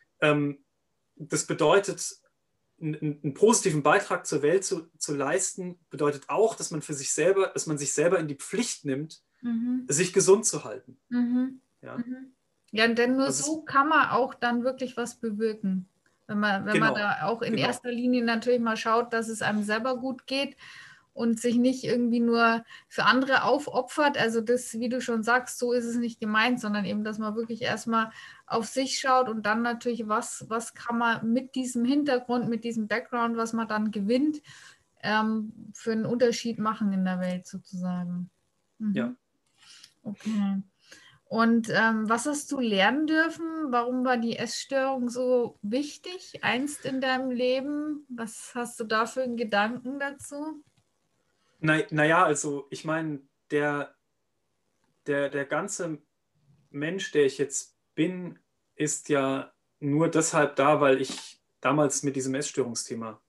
das bedeutet, einen positiven Beitrag zur Welt zu leisten, bedeutet auch, dass man sich selber in die Pflicht nimmt, sich gesund zu halten.
Ja, denn nur so kann man auch dann wirklich was bewirken. Wenn man da auch in erster Linie natürlich mal schaut, dass es einem selber gut geht und sich nicht irgendwie nur für andere aufopfert. Also das, wie du schon sagst, so ist es nicht gemeint, sondern eben, dass man wirklich erstmal auf sich schaut und dann natürlich, was kann man mit diesem Hintergrund, mit diesem Background, was man dann gewinnt, für einen Unterschied machen in der Welt sozusagen.
Ja.
Okay. Und was hast du lernen dürfen? Warum war die Essstörung so wichtig einst in deinem Leben? Was hast du da für einen Gedanken dazu?
Naja, also ich meine, der der ganze Mensch, der ich jetzt bin, ist ja nur deshalb da, weil ich damals mit diesem Essstörungsthema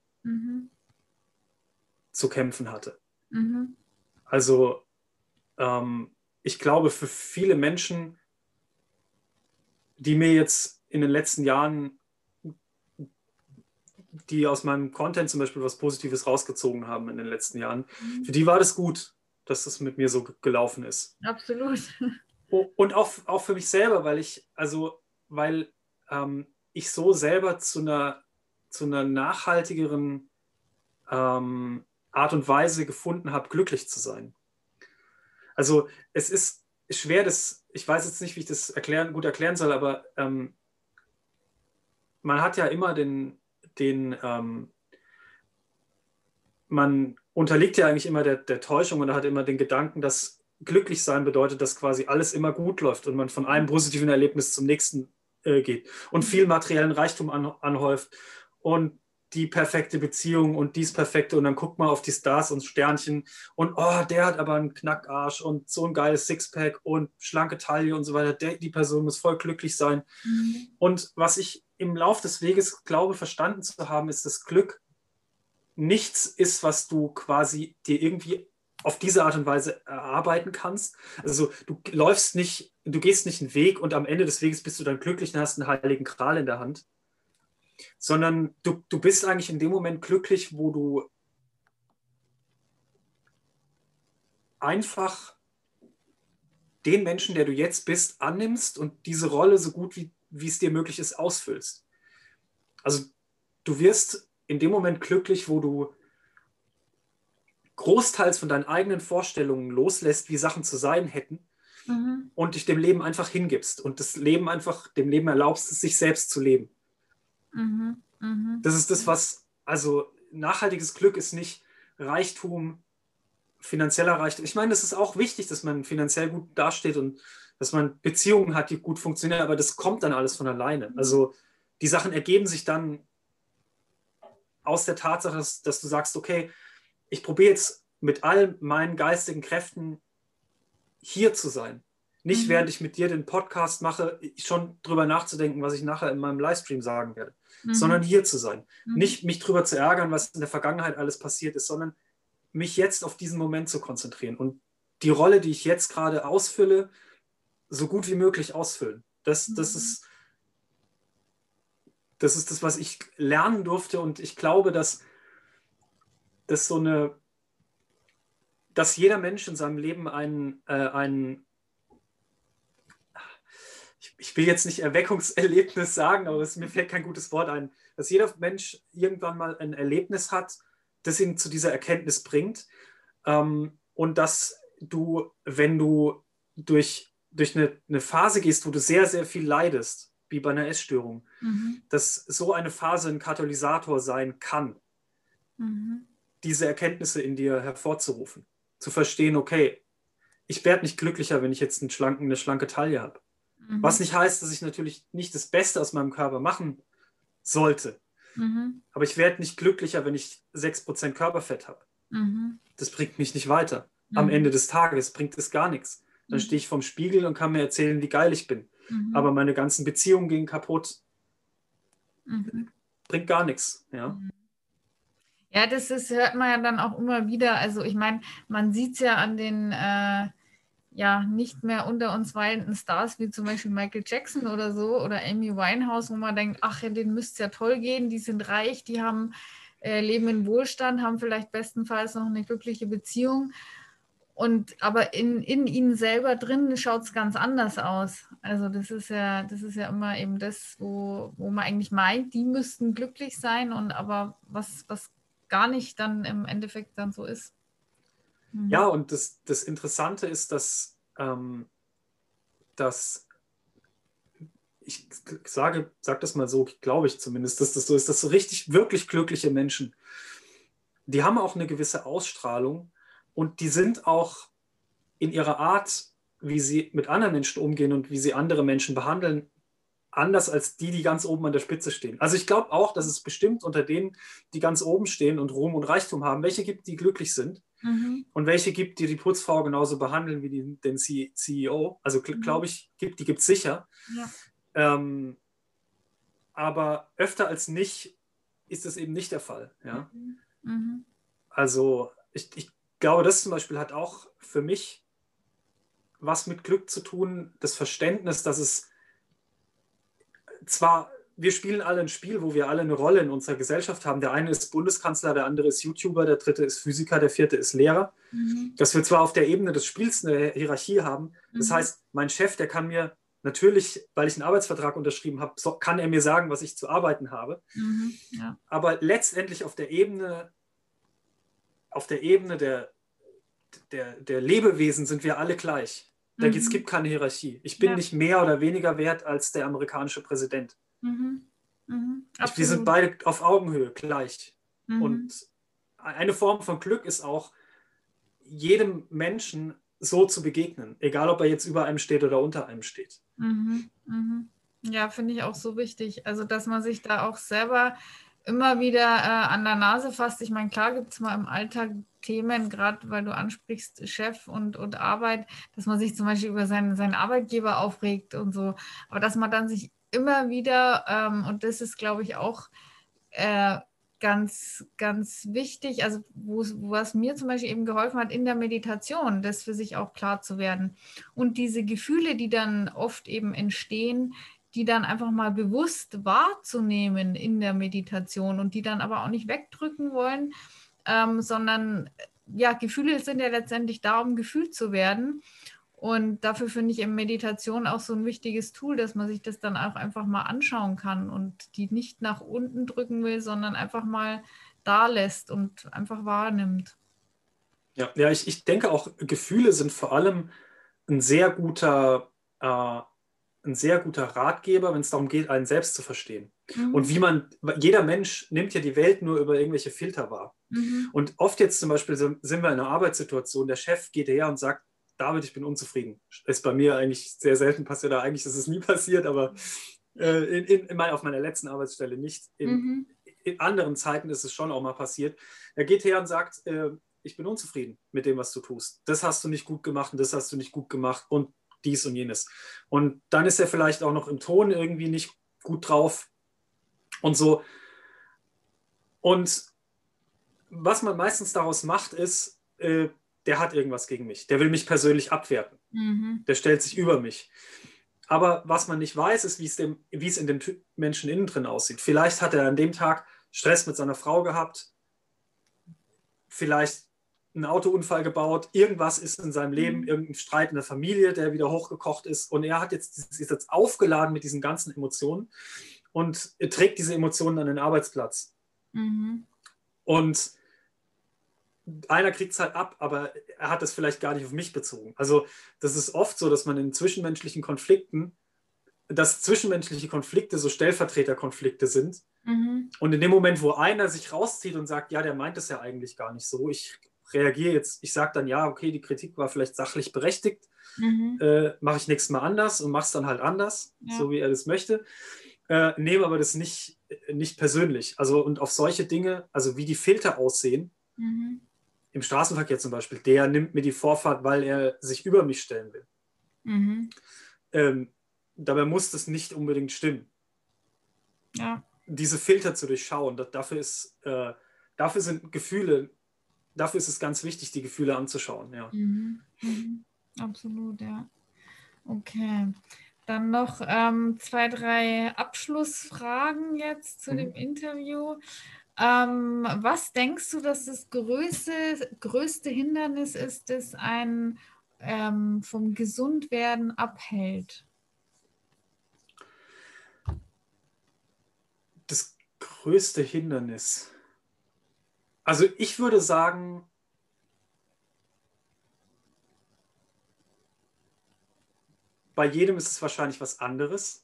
zu kämpfen hatte. Also ich glaube, für viele Menschen, die mir jetzt in den letzten Jahren, die aus meinem Content zum Beispiel was Positives rausgezogen haben in den letzten Jahren, für die war das gut, dass das mit mir so gelaufen ist.
Absolut.
Und auch für mich selber, weil ich so selber zu einer nachhaltigeren Art und Weise gefunden habe, glücklich zu sein. Also es ist schwer, ich weiß jetzt nicht, wie ich das gut erklären soll, aber man hat ja immer man unterliegt ja eigentlich immer der Täuschung und hat immer den Gedanken, dass glücklich sein bedeutet, dass quasi alles immer gut läuft und man von einem positiven Erlebnis zum nächsten geht und viel materiellen Reichtum anhäuft und die perfekte Beziehung und dies perfekte und dann guckt man auf die Stars und Sternchen und oh, der hat aber einen Knackarsch und so ein geiles Sixpack und schlanke Taille und so weiter. Die Person muss voll glücklich sein. Und was ich im Lauf des Weges glaube, verstanden zu haben, ist, dass Glück nichts ist, was du quasi dir irgendwie auf diese Art und Weise erarbeiten kannst. Also du gehst nicht einen Weg und am Ende des Weges bist du dann glücklich und hast einen heiligen Gral in der Hand, sondern du bist eigentlich in dem Moment glücklich, wo du einfach den Menschen, der du jetzt bist, annimmst und diese Rolle so gut wie es dir möglich ist, ausfüllst. Also du wirst in dem Moment glücklich, wo du großteils von deinen eigenen Vorstellungen loslässt, wie Sachen zu sein hätten und dich dem Leben einfach hingibst und dem Leben erlaubst, es sich selbst zu leben. Das ist das, also nachhaltiges Glück ist nicht Reichtum, finanzieller Reichtum. Ich meine, es ist auch wichtig, dass man finanziell gut dasteht und dass man Beziehungen hat, die gut funktionieren, aber das kommt dann alles von alleine. Also die Sachen ergeben sich dann aus der Tatsache, dass du sagst, okay, ich probiere jetzt mit all meinen geistigen Kräften hier zu sein. Nicht, während ich mit dir den Podcast mache, schon drüber nachzudenken, was ich nachher in meinem Livestream sagen werde, sondern hier zu sein. Nicht mich drüber zu ärgern, was in der Vergangenheit alles passiert ist, sondern mich jetzt auf diesen Moment zu konzentrieren und die Rolle, die ich jetzt gerade ausfülle, so gut wie möglich ausfüllen. Das ist das, was ich lernen durfte und ich glaube, dass jeder Mensch in seinem Leben ich will jetzt nicht Erweckungserlebnis sagen, aber mir fällt kein gutes Wort ein, dass jeder Mensch irgendwann mal ein Erlebnis hat, das ihn zu dieser Erkenntnis bringt und dass du, wenn du durch eine Phase gehst, wo du sehr, sehr viel leidest, wie bei einer Essstörung, dass so eine Phase ein Katalysator sein kann, diese Erkenntnisse in dir hervorzurufen. Zu verstehen, okay, ich werde nicht glücklicher, wenn ich jetzt eine schlanke Taille habe. Was nicht heißt, dass ich natürlich nicht das Beste aus meinem Körper machen sollte. Aber ich werde nicht glücklicher, wenn ich 6% Körperfett habe. Das bringt mich nicht weiter. Am Ende des Tages bringt es gar nichts. Dann stehe ich vorm Spiegel und kann mir erzählen, wie geil ich bin. Aber meine ganzen Beziehungen gehen kaputt. Bringt gar nichts. Ja.
Ja, hört man ja dann auch immer wieder. Also ich meine, man sieht es ja an den nicht mehr unter uns weilenden Stars, wie zum Beispiel Michael Jackson oder so oder Amy Winehouse, wo man denkt, ach, denen müsste es ja toll gehen, die sind reich, die haben leben in Wohlstand, haben vielleicht bestenfalls noch eine glückliche Beziehung. Aber in ihnen selber drin schaut es ganz anders aus. Also das ist ja immer eben das, wo man eigentlich meint, die müssten glücklich sein aber was gar nicht dann im Endeffekt dann so ist.
Ja, und das Interessante ist, dass ich sage das mal so, glaube ich zumindest, dass das so ist, dass so richtig, wirklich glückliche Menschen, die haben auch eine gewisse Ausstrahlung und die sind auch in ihrer Art, wie sie mit anderen Menschen umgehen und wie sie andere Menschen behandeln, anders als die ganz oben an der Spitze stehen. Also ich glaube auch, dass es bestimmt unter denen, die ganz oben stehen und Ruhm und Reichtum haben, welche gibt, die glücklich sind.
Mhm.
und welche gibt, die die Putzfrau genauso behandeln wie den CEO. Also glaube ich, die gibt es sicher.
Ja.
Aber öfter als nicht ist es eben nicht der Fall. Ja?
Mhm. Mhm.
Also ich glaube, das zum Beispiel hat auch für mich was mit Glück zu tun, das Verständnis, dass es zwar, wir spielen alle ein Spiel, wo wir alle eine Rolle in unserer Gesellschaft haben. Der eine ist Bundeskanzler, der andere ist YouTuber, der dritte ist Physiker, der vierte ist Lehrer.
Mhm.
Dass wir zwar auf der Ebene des Spiels eine Hierarchie haben, das heißt, mein Chef, der kann mir natürlich, weil ich einen Arbeitsvertrag unterschrieben habe, kann er mir sagen, was ich zu arbeiten habe.
Mhm. Ja.
Aber letztendlich auf der Ebene der Lebewesen sind wir alle gleich. Es gibt keine Hierarchie. Ich bin
Ja.
nicht mehr oder weniger wert als der amerikanische Präsident.
Mhm. Mhm.
Wir sind
Absolut.
beide auf Augenhöhe gleich.
Mhm.
Und eine Form von Glück ist auch, jedem Menschen so zu begegnen, egal ob er jetzt über einem steht oder unter einem steht.
Mhm. Mhm. Ja, finde ich auch so wichtig. Also, dass man sich da auch selber immer wieder an der Nase fasst. Ich meine, klar gibt es mal im Alltag Themen, gerade weil du ansprichst, Chef und Arbeit, dass man sich zum Beispiel über seinen Arbeitgeber aufregt und so. Aber dass man dann sich immer wieder, und das ist, glaube ich, auch ganz, ganz wichtig, also was mir zum Beispiel eben geholfen hat in der Meditation, das für sich auch klar zu werden. Und diese Gefühle, die dann oft eben entstehen, die dann einfach mal bewusst wahrzunehmen in der Meditation und die dann aber auch nicht wegdrücken wollen, sondern ja, Gefühle sind ja letztendlich da, um gefühlt zu werden. Und dafür finde ich Meditation auch so ein wichtiges Tool, dass man sich das dann auch einfach mal anschauen kann und die nicht nach unten drücken will, sondern einfach mal da lässt und einfach wahrnimmt.
Ja, ich denke auch, Gefühle sind vor allem ein sehr guter, ein sehr guter Ratgeber, wenn es darum geht, einen selbst zu verstehen. Und jeder Mensch nimmt ja die Welt nur über irgendwelche Filter wahr.
Mhm.
Und oft jetzt zum Beispiel sind wir in einer Arbeitssituation, der Chef geht her und sagt, David, ich bin unzufrieden. Ist bei mir eigentlich sehr selten passiert, oder eigentlich ist es nie passiert, aber auf meiner letzten Arbeitsstelle nicht. In anderen Zeiten ist es schon auch mal passiert. Er geht her und sagt, ich bin unzufrieden mit dem, was du tust. Das hast du nicht gut gemacht und das hast du nicht gut gemacht und dies und jenes. Und dann ist er vielleicht auch noch im Ton irgendwie nicht gut drauf und so. Und was man meistens daraus macht, ist, der hat irgendwas gegen mich. Der will mich persönlich abwerten.
Mhm.
Der stellt sich über mich. Aber was man nicht weiß, ist, wie es in dem Menschen innen drin aussieht. Vielleicht hat er an dem Tag Stress mit seiner Frau gehabt, vielleicht einen Autounfall gebaut, irgendwas ist in seinem Leben, irgendein Streit in der Familie, der wieder hochgekocht ist und er ist jetzt aufgeladen mit diesen ganzen Emotionen und trägt diese Emotionen an den Arbeitsplatz.
Mhm.
Und einer kriegt es halt ab, aber er hat es vielleicht gar nicht auf mich bezogen. Also das ist oft so, dass man in zwischenmenschlichen Konflikten, dass zwischenmenschliche Konflikte so Stellvertreterkonflikte sind.
Mhm.
Und in dem Moment, wo einer sich rauszieht und sagt, ja, der meint es ja eigentlich gar nicht so, ich reagiere jetzt, ich sage dann, ja, okay, die Kritik war vielleicht sachlich berechtigt, mache ich nächstes Mal anders und mache es dann halt anders, so wie er das möchte. Nehme aber das nicht persönlich. Also und auf solche Dinge, also wie die Filter aussehen, im Straßenverkehr zum Beispiel, der nimmt mir die Vorfahrt, weil er sich über mich stellen will. Dabei muss das nicht unbedingt stimmen.
Ja.
Diese Filter zu durchschauen, dafür sind Gefühle, dafür ist es ganz wichtig, die Gefühle anzuschauen. Ja.
Absolut, ja. Okay. Dann noch 2, 3 Abschlussfragen jetzt zu dem Interview. Was denkst du, dass das größte Hindernis ist, das einen vom Gesundwerden abhält?
Das größte Hindernis. Also ich würde sagen, bei jedem ist es wahrscheinlich was anderes.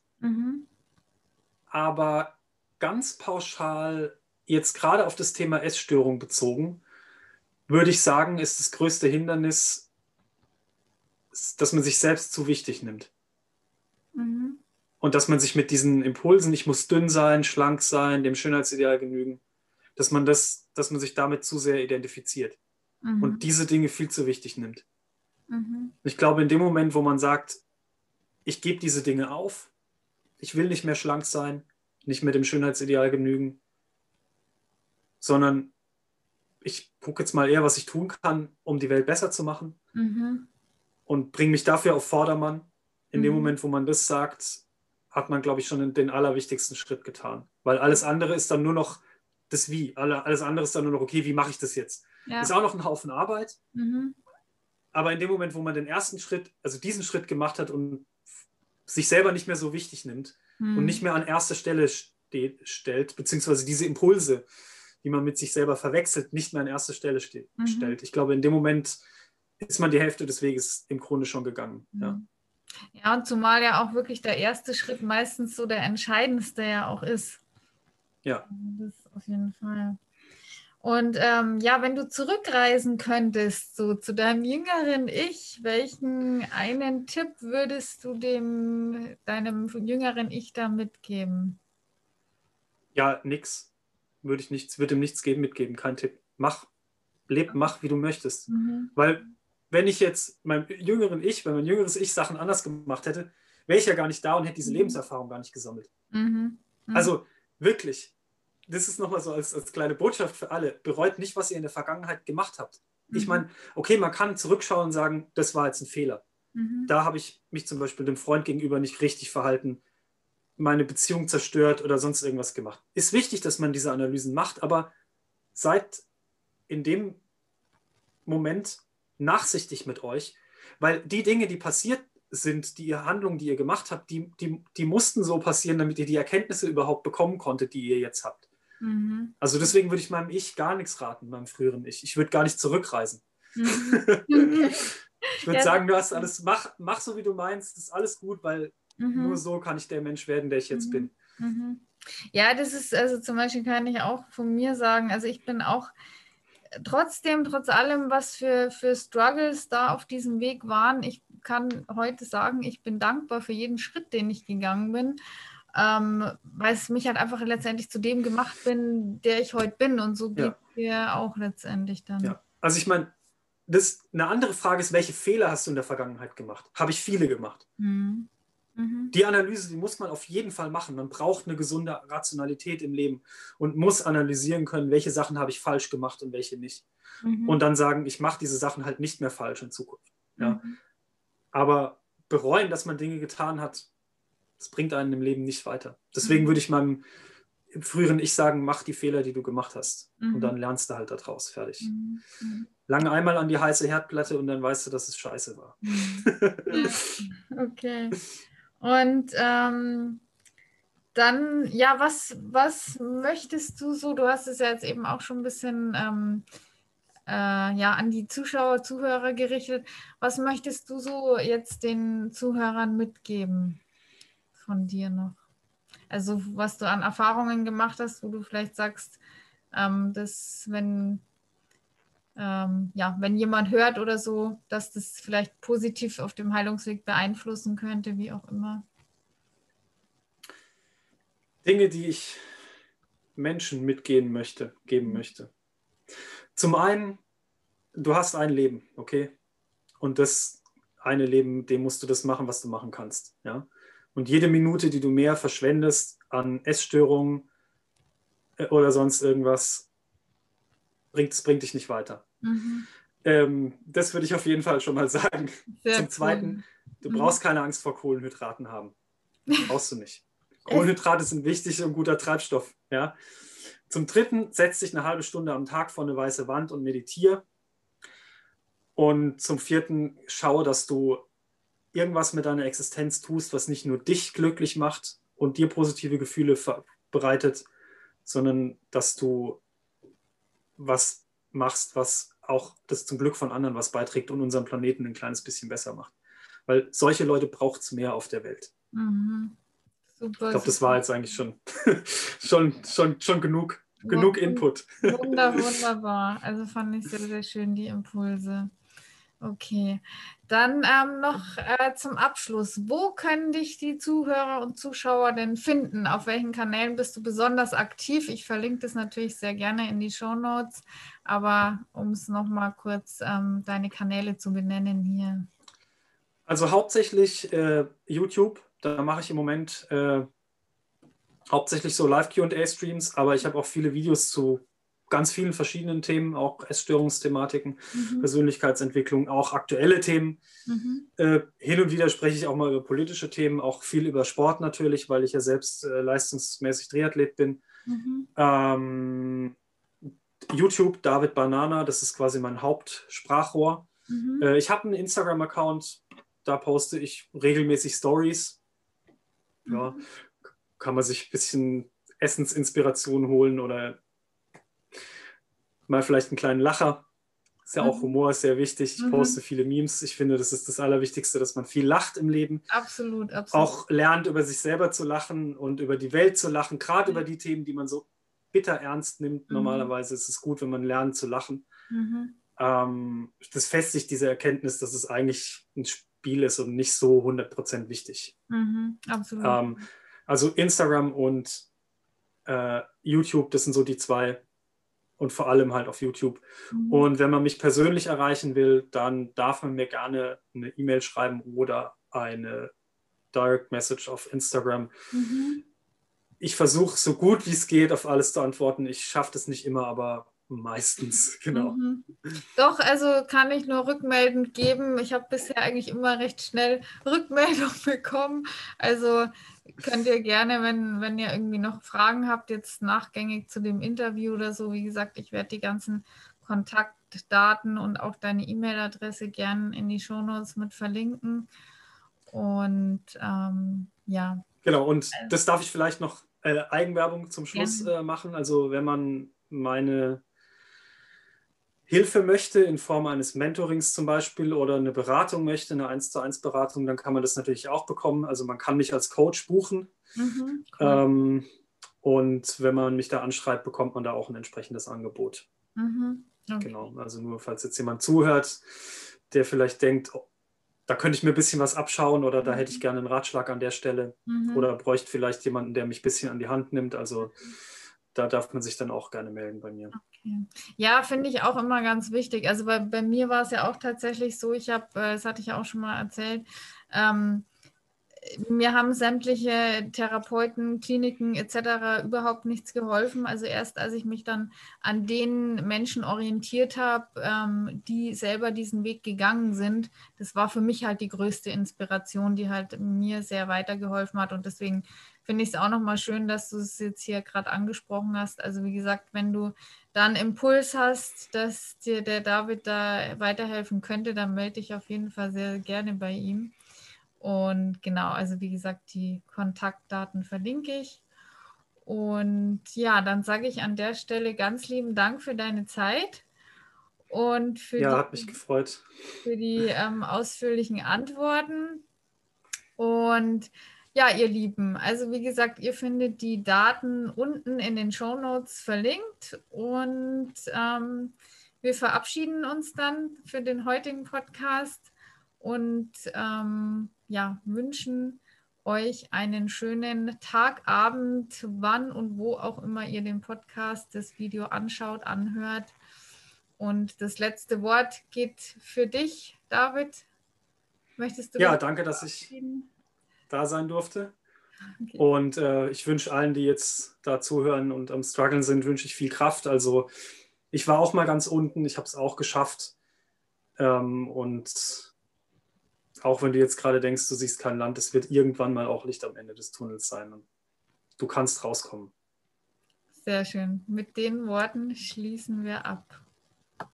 Aber ganz pauschal, jetzt gerade auf das Thema Essstörung bezogen, würde ich sagen, ist das größte Hindernis, dass man sich selbst zu wichtig nimmt. Und dass man sich mit diesen Impulsen, ich muss dünn sein, schlank sein, dem Schönheitsideal genügen, dass man sich damit zu sehr identifiziert. und diese Dinge viel zu wichtig nimmt.
Mhm.
Ich glaube, in dem Moment, wo man sagt, ich gebe diese Dinge auf, ich will nicht mehr schlank sein, nicht mehr dem Schönheitsideal genügen, sondern ich gucke jetzt mal eher, was ich tun kann, um die Welt besser zu machen und bringe mich dafür auf Vordermann. In dem Moment, wo man das sagt, hat man, glaube ich, schon den allerwichtigsten Schritt getan. Weil alles andere ist dann nur noch das Wie. Alles andere ist dann nur noch, okay, wie mache ich das jetzt?
Ja.
Ist auch noch ein Haufen Arbeit. Aber in dem Moment, wo man den ersten Schritt, also diesen Schritt gemacht hat und sich selber nicht mehr so wichtig nimmt und nicht mehr an erster Stelle stellt, beziehungsweise diese Impulse, die man mit sich selber verwechselt, nicht mehr an erster Stelle stellt. Ich glaube, in dem Moment ist man die Hälfte des Weges im Grunde schon gegangen. Ja.
Ja, und zumal ja auch wirklich der erste Schritt meistens so der entscheidendste ja auch ist.
Ja.
Das auf jeden Fall. Und ja, wenn du zurückreisen könntest, so zu deinem jüngeren Ich, welchen einen Tipp würdest du deinem jüngeren Ich da mitgeben?
Ja, nix. Würde ihm nichts mitgeben, kein Tipp. Mach, mach, wie du möchtest. Weil wenn ich jetzt wenn mein jüngeres Ich Sachen anders gemacht hätte, wäre ich ja gar nicht da und hätte diese Lebenserfahrung gar nicht gesammelt. Also wirklich, das ist nochmal so als kleine Botschaft für alle. Bereut nicht, was ihr in der Vergangenheit gemacht habt. Ich meine, okay, man kann zurückschauen und sagen, das war jetzt ein Fehler. Da habe ich mich zum Beispiel dem Freund gegenüber nicht richtig verhalten, meine Beziehung zerstört oder sonst irgendwas gemacht. Ist wichtig, dass man diese Analysen macht, aber seid in dem Moment nachsichtig mit euch, weil die Dinge, die passiert sind, die Handlungen, die ihr gemacht habt, die mussten so passieren, damit ihr die Erkenntnisse überhaupt bekommen konntet, die ihr jetzt habt. Also deswegen würde ich meinem Ich gar nichts raten, meinem früheren Ich. Ich würde gar nicht zurückreisen. Ich würde sagen, du hast alles, mach so, wie du meinst, ist alles gut, weil nur so kann ich der Mensch werden, der ich jetzt bin.
Ja, das ist, also zum Beispiel kann ich auch von mir sagen, also ich bin auch trotz allem, was für Struggles da auf diesem Weg waren, ich kann heute sagen, ich bin dankbar für jeden Schritt, den ich gegangen bin, weil es mich halt einfach letztendlich zu dem gemacht bin, der ich heute bin, und so geht es mir auch letztendlich dann.
Ja, also ich meine, eine andere Frage ist, welche Fehler hast du in der Vergangenheit gemacht? Habe ich viele gemacht? Die Analyse, die muss man auf jeden Fall machen. Man braucht eine gesunde Rationalität im Leben und muss analysieren können, welche Sachen habe ich falsch gemacht und welche nicht. Und dann sagen, ich mache diese Sachen halt nicht mehr falsch in Zukunft. Ja? Aber bereuen, dass man Dinge getan hat, das bringt einen im Leben nicht weiter. Deswegen würde ich meinem früheren Ich sagen, mach die Fehler, die du gemacht hast. Und dann lernst du halt daraus. Fertig. Lange einmal an die heiße Herdplatte und dann weißt du, dass es scheiße war.
Okay. Und dann, ja, was möchtest du so, du hast es ja jetzt eben auch schon ein bisschen ja, an die Zuschauer, Zuhörer gerichtet, was möchtest du so jetzt den Zuhörern mitgeben von dir noch? Also was du an Erfahrungen gemacht hast, wo du vielleicht sagst, dass wenn jemand hört oder so, dass das vielleicht positiv auf dem Heilungsweg beeinflussen könnte, wie auch immer.
Dinge, die ich Menschen geben möchte. Zum einen, du hast ein Leben, okay? Und das eine Leben, dem musst du das machen, was du machen kannst. Ja? Und jede Minute, die du mehr verschwendest an Essstörungen oder sonst irgendwas, bringt dich nicht weiter. Das würde ich auf jeden Fall schon mal sagen. Zum Zweiten, du brauchst keine Angst vor Kohlenhydraten haben. Brauchst du nicht. Kohlenhydrate sind wichtig und guter Treibstoff. Ja? Zum Dritten, setz dich eine halbe Stunde am Tag vor eine weiße Wand und meditiere. Und zum Vierten, schaue, dass du irgendwas mit deiner Existenz tust, was nicht nur dich glücklich macht und dir positive Gefühle bereitet, sondern dass du was machst, was auch das zum Glück von anderen was beiträgt und unseren Planeten ein kleines bisschen besser macht. Weil solche Leute braucht es mehr auf der Welt.
Super,
ich glaube, das war jetzt eigentlich schon genug Input.
Wunderbar. Also fand ich sehr, sehr schön, die Impulse. Okay, dann noch zum Abschluss. Wo können dich die Zuhörer und Zuschauer denn finden? Auf welchen Kanälen bist du besonders aktiv? Ich verlinke das natürlich sehr gerne in die Shownotes, aber um es nochmal kurz deine Kanäle zu benennen hier.
Also hauptsächlich YouTube, da mache ich im Moment hauptsächlich so Live-Q&A-Streams, aber ich habe auch viele Videos zu ganz vielen verschiedenen Themen, auch Essstörungsthematiken, Persönlichkeitsentwicklung, auch aktuelle Themen. Hin und wieder spreche ich auch mal über politische Themen, auch viel über Sport natürlich, weil ich ja selbst leistungsmäßig Triathlet bin. YouTube, David Banana, das ist quasi mein Hauptsprachrohr. Ich habe einen Instagram-Account, da poste ich regelmäßig Stories. Ja, kann man sich ein bisschen Essensinspiration holen oder mal vielleicht einen kleinen Lacher. Ist ja auch Humor, ist sehr wichtig. Ich poste viele Memes. Ich finde, das ist das Allerwichtigste, dass man viel lacht im Leben.
Absolut, absolut.
Auch lernt, über sich selber zu lachen und über die Welt zu lachen, gerade über die Themen, die man so bitter ernst nimmt. Normalerweise ist es gut, wenn man lernt zu lachen. Das festigt diese Erkenntnis, dass es eigentlich ein Spiel ist und nicht so 100% wichtig.
Absolut.
Also Instagram und YouTube, das sind so die zwei. Und vor allem halt auf YouTube. Und wenn man mich persönlich erreichen will, dann darf man mir gerne eine E-Mail schreiben oder eine Direct Message auf Instagram. Ich versuche so gut wie es geht, auf alles zu antworten. Ich schaffe das nicht immer, aber meistens, genau.
Doch, also kann ich nur rückmeldend geben. Ich habe bisher eigentlich immer recht schnell Rückmeldung bekommen. Also könnt ihr gerne, wenn ihr irgendwie noch Fragen habt, jetzt nachgängig zu dem Interview oder so, wie gesagt, ich werde die ganzen Kontaktdaten und auch deine E-Mail-Adresse gerne in die Shownotes mit verlinken. Und ja.
Genau, und das darf ich vielleicht noch Eigenwerbung zum Schluss machen. Also wenn man meine Hilfe möchte in Form eines Mentorings zum Beispiel oder eine Beratung möchte, eine 1:1 Beratung, dann kann man das natürlich auch bekommen. Also man kann mich als Coach buchen.
Cool.
Und wenn man mich da anschreibt, bekommt man da auch ein entsprechendes Angebot.
Okay.
Genau, also nur falls jetzt jemand zuhört, der vielleicht denkt, oh, da könnte ich mir ein bisschen was abschauen oder da hätte ich gerne einen Ratschlag an der Stelle oder bräuchte vielleicht jemanden, der mich ein bisschen an die Hand nimmt. Also da darf man sich dann auch gerne melden bei mir.
Okay. Ja, finde ich auch immer ganz wichtig. Also bei mir war es ja auch tatsächlich so, ich habe, das hatte ich ja auch schon mal erzählt, mir haben sämtliche Therapeuten, Kliniken etc. überhaupt nichts geholfen. Also erst als ich mich dann an den Menschen orientiert habe, die selber diesen Weg gegangen sind, das war für mich halt die größte Inspiration, die halt mir sehr weitergeholfen hat. Und deswegen finde ich es auch nochmal schön, dass du es jetzt hier gerade angesprochen hast. Also wie gesagt, wenn du dann Impuls hast, dass dir der David da weiterhelfen könnte, dann melde dich auf jeden Fall sehr gerne bei ihm. Und genau, also wie gesagt, die Kontaktdaten verlinke ich. Und ja, dann sage ich an der Stelle ganz lieben Dank für deine Zeit und
hat mich gefreut.
Für die ausführlichen Antworten. Und ja, ihr Lieben, also wie gesagt, ihr findet die Daten unten in den Shownotes verlinkt und wir verabschieden uns dann für den heutigen Podcast und ja, wünschen euch einen schönen Tag, Abend, wann und wo auch immer ihr den Podcast, das Video anschaut, anhört. Und das letzte Wort geht für dich, David. Möchtest du
Ja, danke, dass ich da sein durfte. Okay. Und ich wünsche allen, die jetzt da zuhören und am Struggeln sind, wünsche ich viel Kraft. Also ich war auch mal ganz unten, ich habe es auch geschafft. Und auch wenn du jetzt gerade denkst, du siehst kein Land, es wird irgendwann mal auch Licht am Ende des Tunnels sein. Und du kannst rauskommen.
Sehr schön. Mit den Worten schließen wir ab.